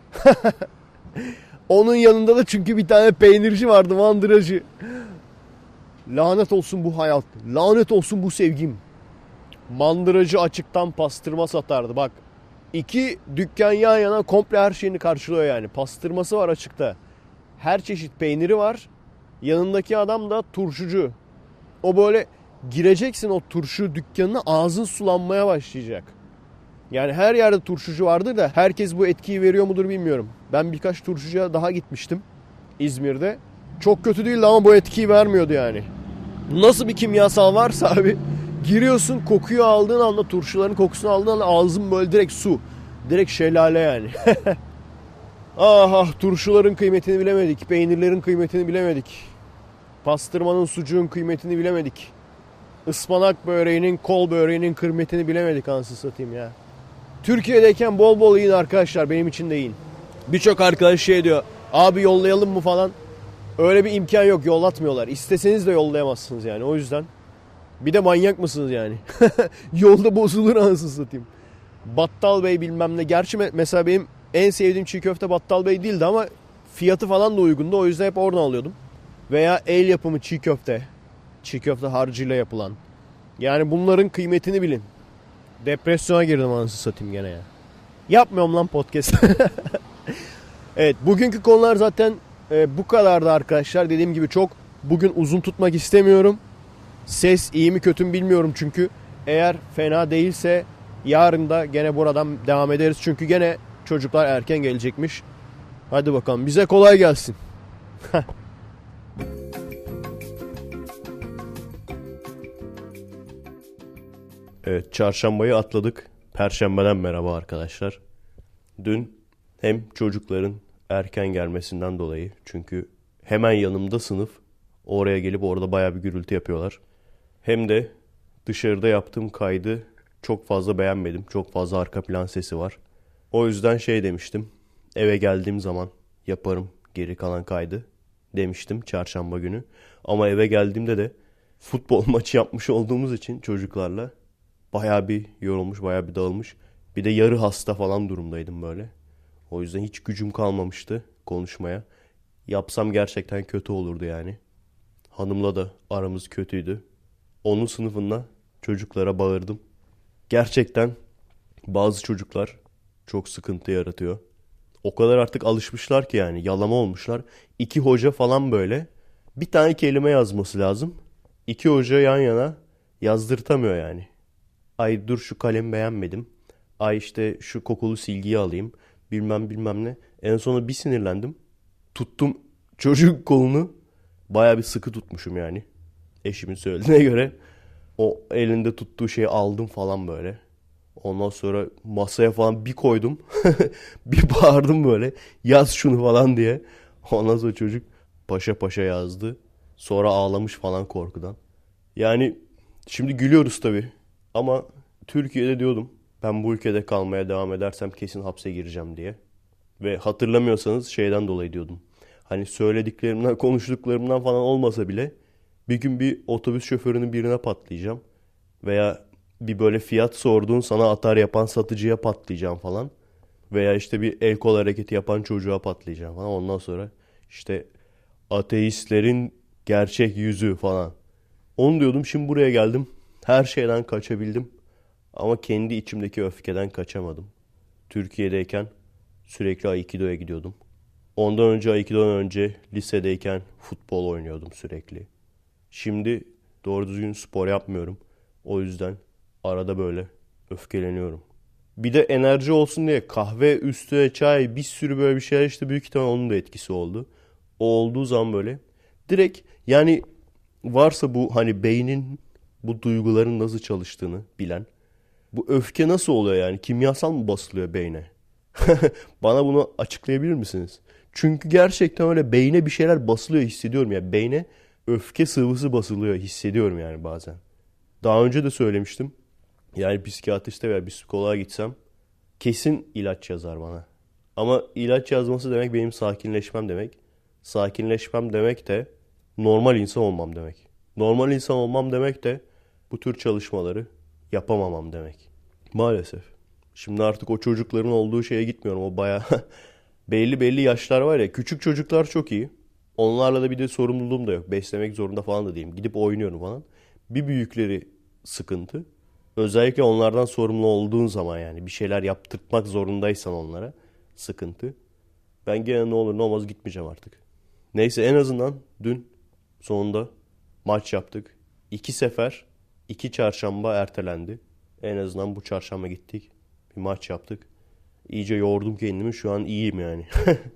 Onun yanında da çünkü bir tane peynirci vardı, mandıracı. Lanet olsun bu hayat. Lanet olsun bu sevgim. Mandıracı açıktan pastırma satardı. Bak, iki dükkan yan yana, komple her şeyini karşılıyor yani. Pastırması var açıkta. Her çeşit peyniri var. Yanındaki adam da turşucu. O böyle gireceksin o turşu dükkanına, ağzın sulanmaya başlayacak. Yani her yerde turşucu vardır da herkes bu etkiyi veriyor mudur bilmiyorum. Ben birkaç turşucuya daha gitmiştim İzmir'de. Çok kötü değildi ama bu etkiyi vermiyordu yani. Nasıl bir kimyasal varsa abi, giriyorsun, kokuyu aldığın anda, turşuların kokusunu aldığın anda ağzın böyle direkt su. Direkt şelale yani. ah ah, turşuların kıymetini bilemedik. Peynirlerin kıymetini bilemedik. Pastırmanın, sucuğun kıymetini bilemedik. Ispanak böreğinin, kol böreğinin kıymetini bilemedik, anasını satayım ya. Türkiye'deyken bol bol yiyin arkadaşlar, benim için de yiyin. Birçok arkadaş şey diyor, abi yollayalım mı falan. Öyle bir imkan yok, yollatmıyorlar. İsteseniz de yollayamazsınız yani, o yüzden Bir de manyak mısınız yani? Yolda bozulur anasını satayım. Battal Bey bilmem ne. Gerçi mesela benim en sevdiğim çiğ köfte Battal Bey değildi ama fiyatı falan da uygundu. O yüzden hep oradan alıyordum. Veya el yapımı çiğ köfte. Çiğ köfte harcıyla yapılan. Yani bunların kıymetini bilin. Depresyona girdim anasını satayım gene ya. Yapmıyorum lan podcast. Evet, bugünkü konular zaten e, bu kadardı arkadaşlar. Dediğim gibi çok bugün uzun tutmak istemiyorum. Ses iyi mi kötü mü bilmiyorum çünkü. Eğer fena değilse yarın da gene buradan devam ederiz. Çünkü gene çocuklar erken gelecekmiş. Hadi bakalım, bize kolay gelsin. Evet, çarşambayı atladık. Perşembeden merhaba arkadaşlar. Dün hem çocukların erken gelmesinden dolayı, çünkü hemen yanımda sınıf, oraya gelip orada bayağı bir gürültü yapıyorlar. Hem de dışarıda yaptığım kaydı çok fazla beğenmedim. Çok fazla arka plan sesi var. O yüzden şey demiştim. Eve geldiğim zaman yaparım geri kalan kaydı demiştim çarşamba günü. Ama eve geldiğimde de futbol maçı yapmış olduğumuz için çocuklarla bayağı bir yorulmuş, bayağı bir dağılmış. Bir de yarı hasta falan durumdaydım böyle. O yüzden hiç gücüm kalmamıştı konuşmaya. Yapsam gerçekten kötü olurdu yani. Hanımla da aramız kötüydü. Onun sınıfında çocuklara bağırdım. Gerçekten bazı çocuklar çok sıkıntı yaratıyor. O kadar artık alışmışlar ki yani yalama olmuşlar. İki hoca falan böyle bir tane kelime yazması lazım. İki hoca yan yana yazdırtamıyor yani. Ay dur şu kalemi beğenmedim. Ay işte şu kokulu silgiyi alayım. Bilmem bilmem ne. En sona bir sinirlendim. Tuttum çocuk kolunu. Bayağı bir sıkı tutmuşum yani. Eşimin söylediğine göre. O elinde tuttuğu şeyi aldım falan böyle. Ondan sonra masaya falan bir koydum. Bir bağırdım böyle. Yaz şunu falan diye. Ondan sonra çocuk paşa paşa yazdı. Sonra ağlamış falan korkudan. Yani şimdi gülüyoruz tabii. Ama Türkiye'de diyordum. Ben bu ülkede kalmaya devam edersem kesin hapse gireceğim diye. Ve hatırlamıyorsanız şeyden dolayı diyordum. Hani söylediklerimden, konuştuklarımdan falan olmasa bile bir gün bir otobüs şoförünün birine patlayacağım. Veya bir böyle fiyat sorduğun sana atar yapan satıcıya patlayacağım falan. Veya işte bir el kol hareketi yapan çocuğa patlayacağım falan. Ondan sonra işte ateistlerin gerçek yüzü falan. Onu diyordum, şimdi buraya geldim. Her şeyden kaçabildim. Ama kendi içimdeki öfkeden kaçamadım. Türkiye'deyken sürekli Aikido'ya gidiyordum. Ondan önce Aikido'dan önce lisedeyken futbol oynuyordum sürekli. Şimdi doğru düzgün spor yapmıyorum. O yüzden arada böyle öfkeleniyorum. Bir de enerji olsun diye kahve üstüne çay bir sürü böyle bir şeyler, işte büyük ihtimal onun da etkisi oldu. O olduğu zaman böyle direkt yani varsa bu hani beynin bu duyguların nasıl çalıştığını bilen, bu öfke nasıl oluyor yani, kimyasal mı basılıyor beyne? Bana bunu açıklayabilir misiniz? Çünkü gerçekten öyle beyne bir şeyler basılıyor hissediyorum ya. Beyne öfke sıvısı basılıyor hissediyorum yani bazen. Daha önce de söylemiştim. Yani psikiyatriste veya psikoloğa gitsem kesin ilaç yazar bana. Ama ilaç yazması demek benim sakinleşmem demek. Sakinleşmem demek de normal insan olmam demek. Normal insan olmam demek de bu tür çalışmaları yapamamam demek. Maalesef. Şimdi artık o çocukların olduğu şeye gitmiyorum. O bayağı belli belli yaşlar var ya. Küçük çocuklar çok iyi. Onlarla da bir de sorumluluğum da yok. Beslemek zorunda falan da değilim. Gidip oynuyorum falan. Bir büyükleri sıkıntı. Özellikle onlardan sorumlu olduğun zaman yani bir şeyler yaptırtmak zorundaysan onlara sıkıntı. Ben gene ne olur ne olmaz gitmeyeceğim artık. Neyse, en azından dün sonunda maç yaptık. İki sefer, iki çarşamba ertelendi. En azından bu çarşamba gittik. Bir maç yaptık. İyice yoğurdum kendimi. Şu an iyiyim yani.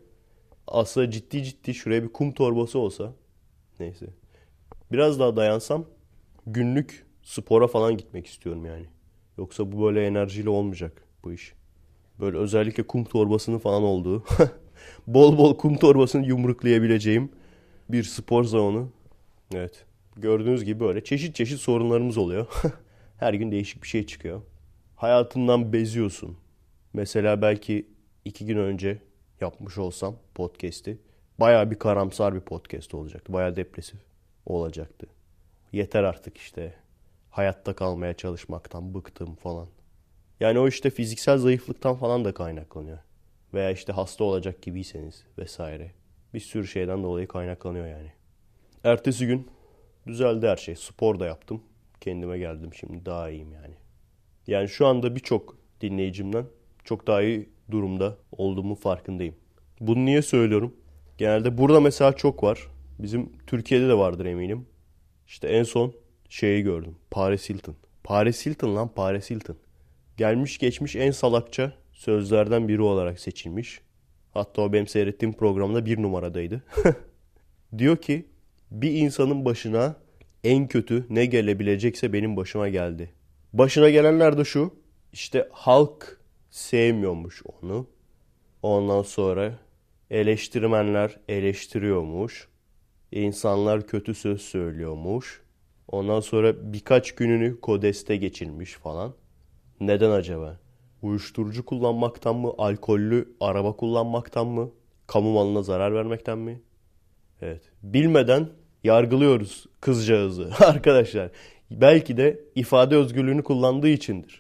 Aslında ciddi ciddi şuraya bir kum torbası olsa. Neyse. Biraz daha dayansam günlük spora falan gitmek istiyorum yani. Yoksa bu böyle enerjiyle olmayacak bu iş. Böyle özellikle kum torbasının falan olduğu. Bol bol kum torbasını yumruklayabileceğim bir spor salonu. Evet. Gördüğünüz gibi böyle çeşit çeşit sorunlarımız oluyor. Her gün değişik bir şey çıkıyor. Hayatından beziyorsun. Mesela belki iki gün önce yapmış olsam podcast'i, bayağı bir karamsar bir podcast olacaktı. Bayağı depresif olacaktı. Yeter artık işte. Hayatta kalmaya çalışmaktan bıktım falan. Yani o işte fiziksel zayıflıktan falan da kaynaklanıyor. Veya işte hasta olacak gibiyseniz vesaire. Bir sürü şeyden dolayı kaynaklanıyor yani. Ertesi gün düzeldi her şey. Spor da yaptım. Kendime geldim şimdi daha iyiyim yani. Yani şu anda birçok dinleyicimden çok daha iyi durumda olduğumu farkındayım. Bunu niye söylüyorum? Genelde burada mesela çok var. Bizim Türkiye'de de vardır eminim. İşte en son şeyi gördüm. Paris Hilton. Paris Hilton lan Paris Hilton. Gelmiş geçmiş en salakça sözlerden biri olarak seçilmiş. Hatta o benim seyrettiğim programda bir numaradaydı. Diyor ki bir insanın başına en kötü ne gelebilecekse benim başıma geldi. Başına gelenler de şu. İşte halk sevmiyormuş onu. Ondan sonra eleştirmenler eleştiriyormuş. İnsanlar kötü söz söylüyormuş. Ondan sonra birkaç gününü Kodes'te geçirmiş falan. Neden acaba? Uyuşturucu kullanmaktan mı? Alkollü araba kullanmaktan mı? Kamu malına zarar vermekten mi? Evet. Bilmeden yargılıyoruz kızcağızı. Arkadaşlar belki de ifade özgürlüğünü kullandığı içindir.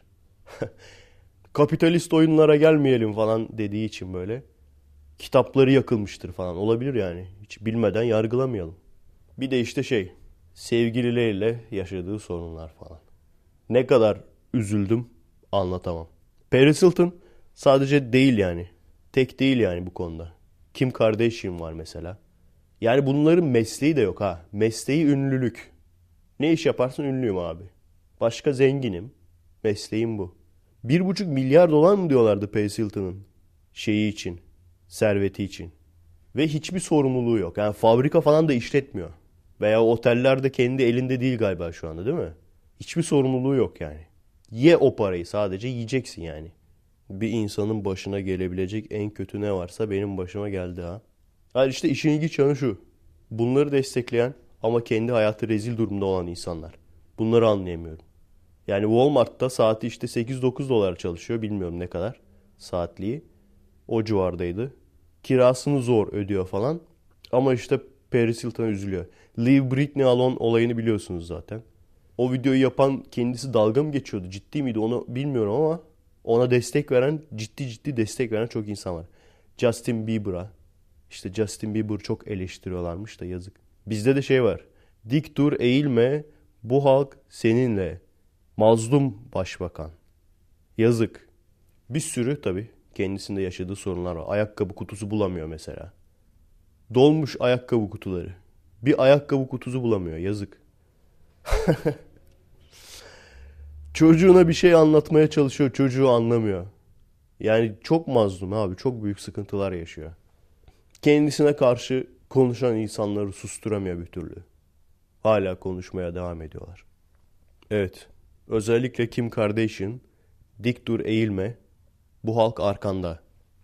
Kapitalist oyunlara gelmeyelim falan dediği için böyle. Kitapları yakılmıştır falan. Olabilir yani. Hiç bilmeden yargılamayalım. Bir de işte şey. Sevgilileriyle yaşadığı sorunlar falan. Ne kadar üzüldüm anlatamam. Paris Hilton sadece değil yani. Tek değil yani bu konuda. Kim Kardashian var mesela. Yani bunların mesleği de yok ha. Mesleği ünlülük. Ne iş yaparsın ünlüyüm abi. Başka zenginim. Mesleğim bu. Bir buçuk milyar dolar mı diyorlardı Paris Hilton'ın şeyi için. Serveti için. Ve hiçbir sorumluluğu yok. Yani fabrika falan da işletmiyor. Veya oteller de kendi elinde değil galiba şu anda değil mi? Hiçbir sorumluluğu yok yani. Ye o parayı sadece yiyeceksin yani. Bir insanın başına gelebilecek en kötü ne varsa benim başıma geldi ha. Yani işte işin ilginç yanı şu. Bunları destekleyen ama kendi hayatı rezil durumda olan insanlar. Bunları anlayamıyorum. Yani Walmart'ta saati işte sekiz dokuz dolar çalışıyor. Bilmiyorum ne kadar saatliği. O civardaydı. Kirasını zor ödüyor falan. Ama işte Paris Hilton'a üzülüyor. Leave Britney Alone olayını biliyorsunuz zaten. O videoyu yapan kendisi dalga mı geçiyordu? Ciddi miydi onu bilmiyorum ama ona destek veren, ciddi ciddi destek veren çok insan var. Justin Bieber'a. İşte Justin Bieber çok eleştiriyorlarmış da yazık. Bizde de şey var. Dik dur eğilme, bu halk seninle. Mazlum başbakan. Yazık. Bir sürü tabii kendisinde yaşadığı sorunlar var. Ayakkabı kutusu bulamıyor mesela. Dolmuş ayakkabı kutuları. Bir ayakkabı kutusu bulamıyor. Yazık. Çocuğuna bir şey anlatmaya çalışıyor. Çocuğu anlamıyor. Yani çok mazlum abi. Çok büyük sıkıntılar yaşıyor. Kendisine karşı konuşan insanları susturamıyor bir türlü. Hala konuşmaya devam ediyorlar. Evet. Özellikle Kim Kardashian. Dik dur eğilme. Bu halk arkanda.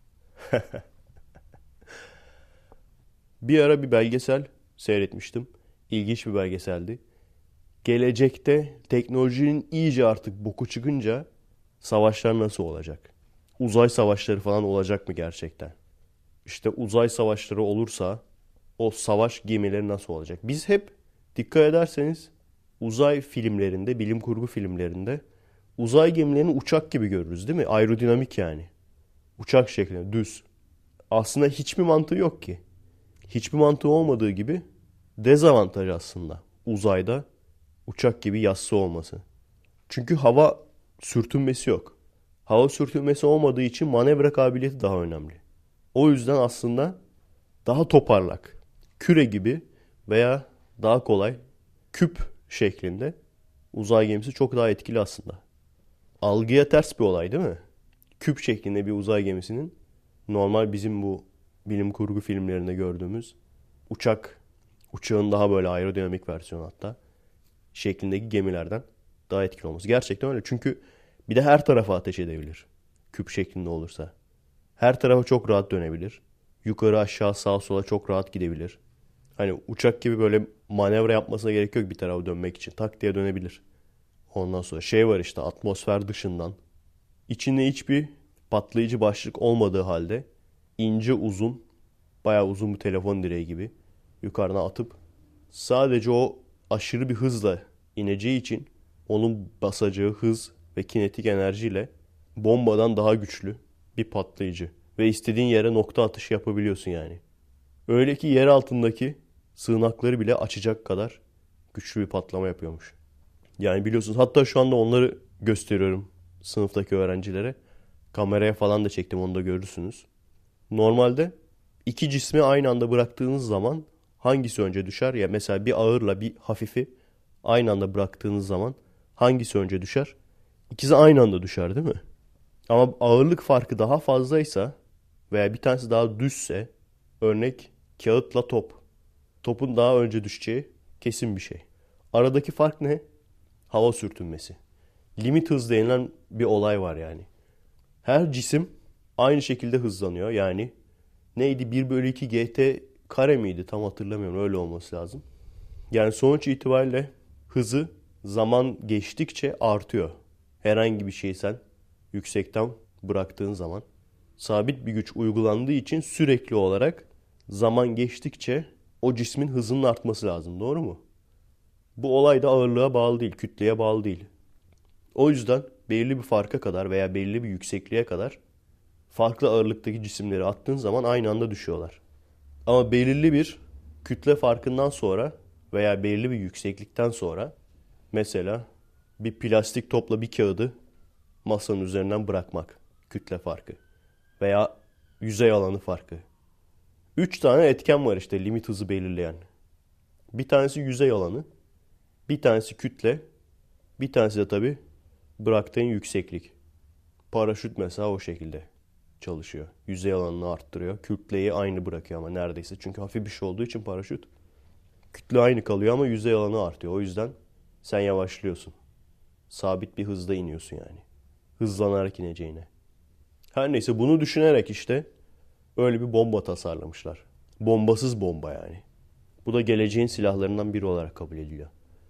Bir ara bir belgesel seyretmiştim. İlginç bir belgeseldi. Gelecekte teknolojinin iyice artık boku çıkınca savaşlar nasıl olacak? Uzay savaşları falan olacak mı gerçekten? İşte uzay savaşları olursa o savaş gemileri nasıl olacak? Biz hep dikkat ederseniz uzay filmlerinde, bilim kurgu filmlerinde uzay gemilerini uçak gibi görürüz değil mi? Aerodinamik yani. Uçak şeklinde düz. Aslında hiçbir mantığı yok ki. Hiçbir mantığı olmadığı gibi dezavantaj aslında uzayda uçak gibi yassı olması. Çünkü hava sürtünmesi yok. Hava sürtünmesi olmadığı için manevra kabiliyeti daha önemli. O yüzden aslında daha toparlak, küre gibi veya daha kolay küp şeklinde uzay gemisi çok daha etkili aslında. Algıya ters bir olay değil mi? Küp şeklinde bir uzay gemisinin normal bizim bu bilim kurgu filmlerinde gördüğümüz uçak, uçağın daha böyle aerodinamik versiyonu hatta şeklindeki gemilerden daha etkili olması. Gerçekten öyle. Çünkü bir de her tarafa ateş edebilir. Küp şeklinde olursa. Her tarafa çok rahat dönebilir. Yukarı aşağı sağa sola çok rahat gidebilir. Hani uçak gibi böyle manevra yapmasına gerek yok bir tarafa dönmek için. Tak diye dönebilir. Ondan sonra şey var işte atmosfer dışından. İçinde hiçbir patlayıcı başlık olmadığı halde ince uzun, bayağı uzun bir telefon direği gibi yukarıdan atıp sadece o aşırı bir hızla ineceği için onun basacağı hız ve kinetik enerjiyle bombadan daha güçlü bir patlayıcı. Ve istediğin yere nokta atışı yapabiliyorsun yani. Öyle ki yer altındaki sığınakları bile açacak kadar güçlü bir patlama yapıyormuş. Yani biliyorsunuz, hatta şu anda onları gösteriyorum sınıftaki öğrencilere. Kameraya falan da çektim, onu da görürsünüz. Normalde iki cismi aynı anda bıraktığınız zaman hangisi önce düşer? Ya mesela bir ağırla bir hafifi aynı anda bıraktığınız zaman hangisi önce düşer? İkisi aynı anda düşer değil mi? Ama ağırlık farkı daha fazlaysa veya bir tanesi daha düzse, örnek kağıtla top. Topun daha önce düşeceği kesin bir şey. Aradaki fark ne? Hava sürtünmesi. Limit hız denilen bir olay var yani. Her cisim aynı şekilde hızlanıyor. Yani neydi? bir bölü iki gt kare miydi? Tam hatırlamıyorum. Öyle olması lazım. Yani sonuç itibariyle hızı zaman geçtikçe artıyor. Herhangi bir şeyi sen yüksekten bıraktığın zaman. Sabit bir güç uygulandığı için sürekli olarak zaman geçtikçe o cismin hızının artması lazım. Doğru mu? Bu olay da ağırlığa bağlı değil, kütleye bağlı değil. O yüzden belirli bir farka kadar veya belirli bir yüksekliğe kadar farklı ağırlıktaki cisimleri attığın zaman aynı anda düşüyorlar. Ama belirli bir kütle farkından sonra veya belirli bir yükseklikten sonra, mesela bir plastik topla bir kağıdı masanın üzerinden bırakmak, kütle farkı veya yüzey alanı farkı. Üç tane etken var işte limit hızı belirleyen. Bir tanesi yüzey alanı, bir tanesi kütle, bir tanesi de tabii bıraktığın yükseklik. Paraşüt mesela o şekilde çalışıyor. Yüzey alanını arttırıyor. Kütleyi aynı bırakıyor ama neredeyse. Çünkü hafif bir şey olduğu için paraşüt. Kütle aynı kalıyor ama yüzey alanı artıyor. O yüzden sen yavaşlıyorsun. Sabit bir hızda iniyorsun yani. Hızlanarak ineceğine. Her neyse, bunu düşünerek işte öyle bir bomba tasarlamışlar. Bombasız bomba yani. Bu da geleceğin silahlarından biri olarak kabul ediliyor.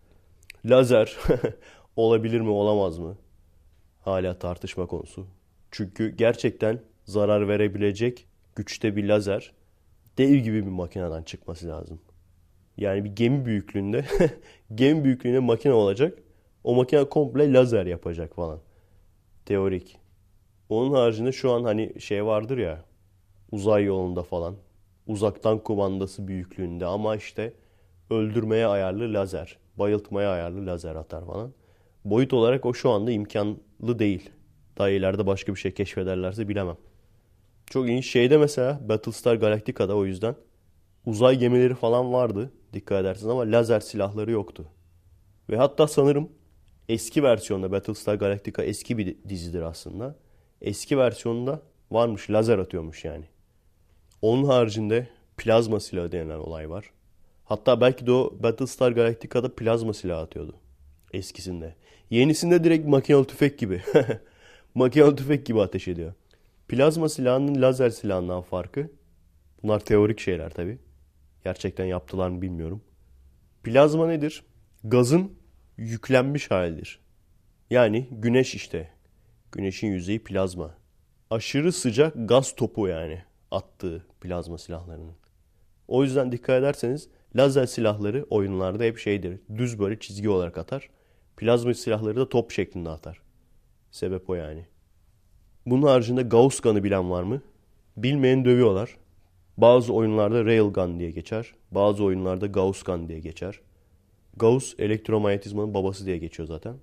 Lazer olabilir mi, olamaz mı? Hala tartışma konusu. Çünkü gerçekten zarar verebilecek güçte bir lazer dev gibi bir makineden çıkması lazım. Yani bir gemi büyüklüğünde gemi büyüklüğünde makine olacak. O makine komple lazer yapacak falan. Teorik. Onun haricinde şu an hani şey vardır ya, uzay yolunda falan. Uzaktan kumandası büyüklüğünde ama işte öldürmeye ayarlı lazer. Bayıltmaya ayarlı lazer atar falan. Boyut olarak o şu anda imkanlı değil. Daha ileride başka bir şey keşfederlerse bilemem. Çok iyi şeyde mesela Battlestar Galactica'da o yüzden uzay gemileri falan vardı. Dikkat edersiniz ama lazer silahları yoktu. Ve hatta sanırım eski versiyonda, Battlestar Galactica eski bir dizidir aslında. Eski versiyonunda varmış, lazer atıyormuş yani. Onun haricinde plazma silahı denilen olay var. Hatta belki de o Battlestar Galactica'da plazma silahı atıyordu. Eskisinde. Yenisinde direkt makinalı tüfek gibi. Makinalı tüfek gibi ateş ediyor. Plazma silahının lazer silahından farkı. Bunlar teorik şeyler tabii. Gerçekten yaptılar mı bilmiyorum. Plazma nedir? Gazın yüklenmiş halidir. Yani güneş işte. Güneşin yüzeyi plazma. Aşırı sıcak gaz topu yani attığı plazma silahlarının. O yüzden dikkat ederseniz lazer silahları oyunlarda hep şeydir. Düz böyle çizgi olarak atar. Plazma silahları da top şeklinde atar. Sebep o yani. Bunun haricinde Gauss Gun'ı bilen var mı? Bilmeyeni dövüyorlar. Bazı oyunlarda Railgun diye geçer. Bazı oyunlarda Gauss Gun diye geçer. Gauss elektromanyetizmanın babası diye geçiyor zaten.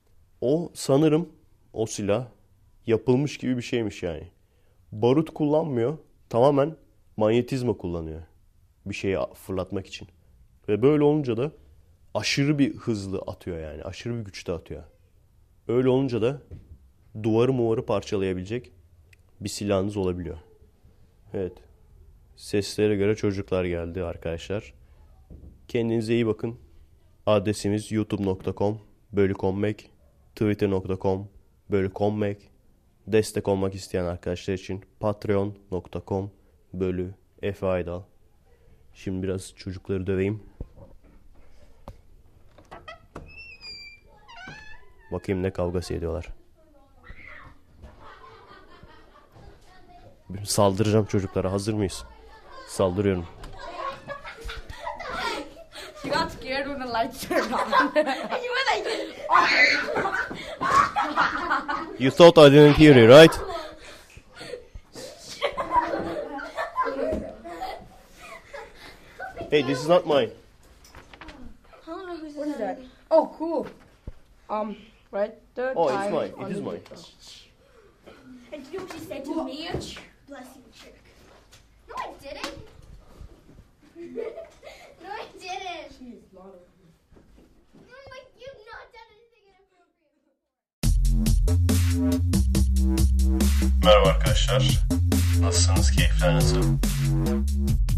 O sanırım o silah yapılmış gibi bir şeymiş yani. Barut kullanmıyor. Tamamen manyetizma kullanıyor. Bir şeyi fırlatmak için. Ve böyle olunca da aşırı bir hızlı atıyor yani. Aşırı bir güçte atıyor. Öyle olunca da duvarı muvarı parçalayabilecek bir silahınız olabiliyor. Evet. Seslere göre çocuklar geldi arkadaşlar. Kendinize iyi bakın. Adresimiz youtube nokta com bölü kommek, twitter nokta com bölü kommek. Destek olmak isteyen arkadaşlar için patreon nokta com bölü Efe Aydal. Şimdi biraz çocukları döveyim. Bakayım ne kavgası ediyorlar. Saldıracağım çocuklara. Hazır mıyız? Saldırıyorum. She got scared when the light lights turned on. You were like, You thought I didn't hear you, right? Hey, this is not mine. I don't know who's what is that? Oh, cool. Um, right there. Oh, it's mine. It is mine. And do you know what she said to me? Bless you, chick. No, I didn't. No, I didn't. She's not. No, like, you've not done anything inappropriate. Merhaba arkadaşlar. Nasılsınız? Keyifler nasıl?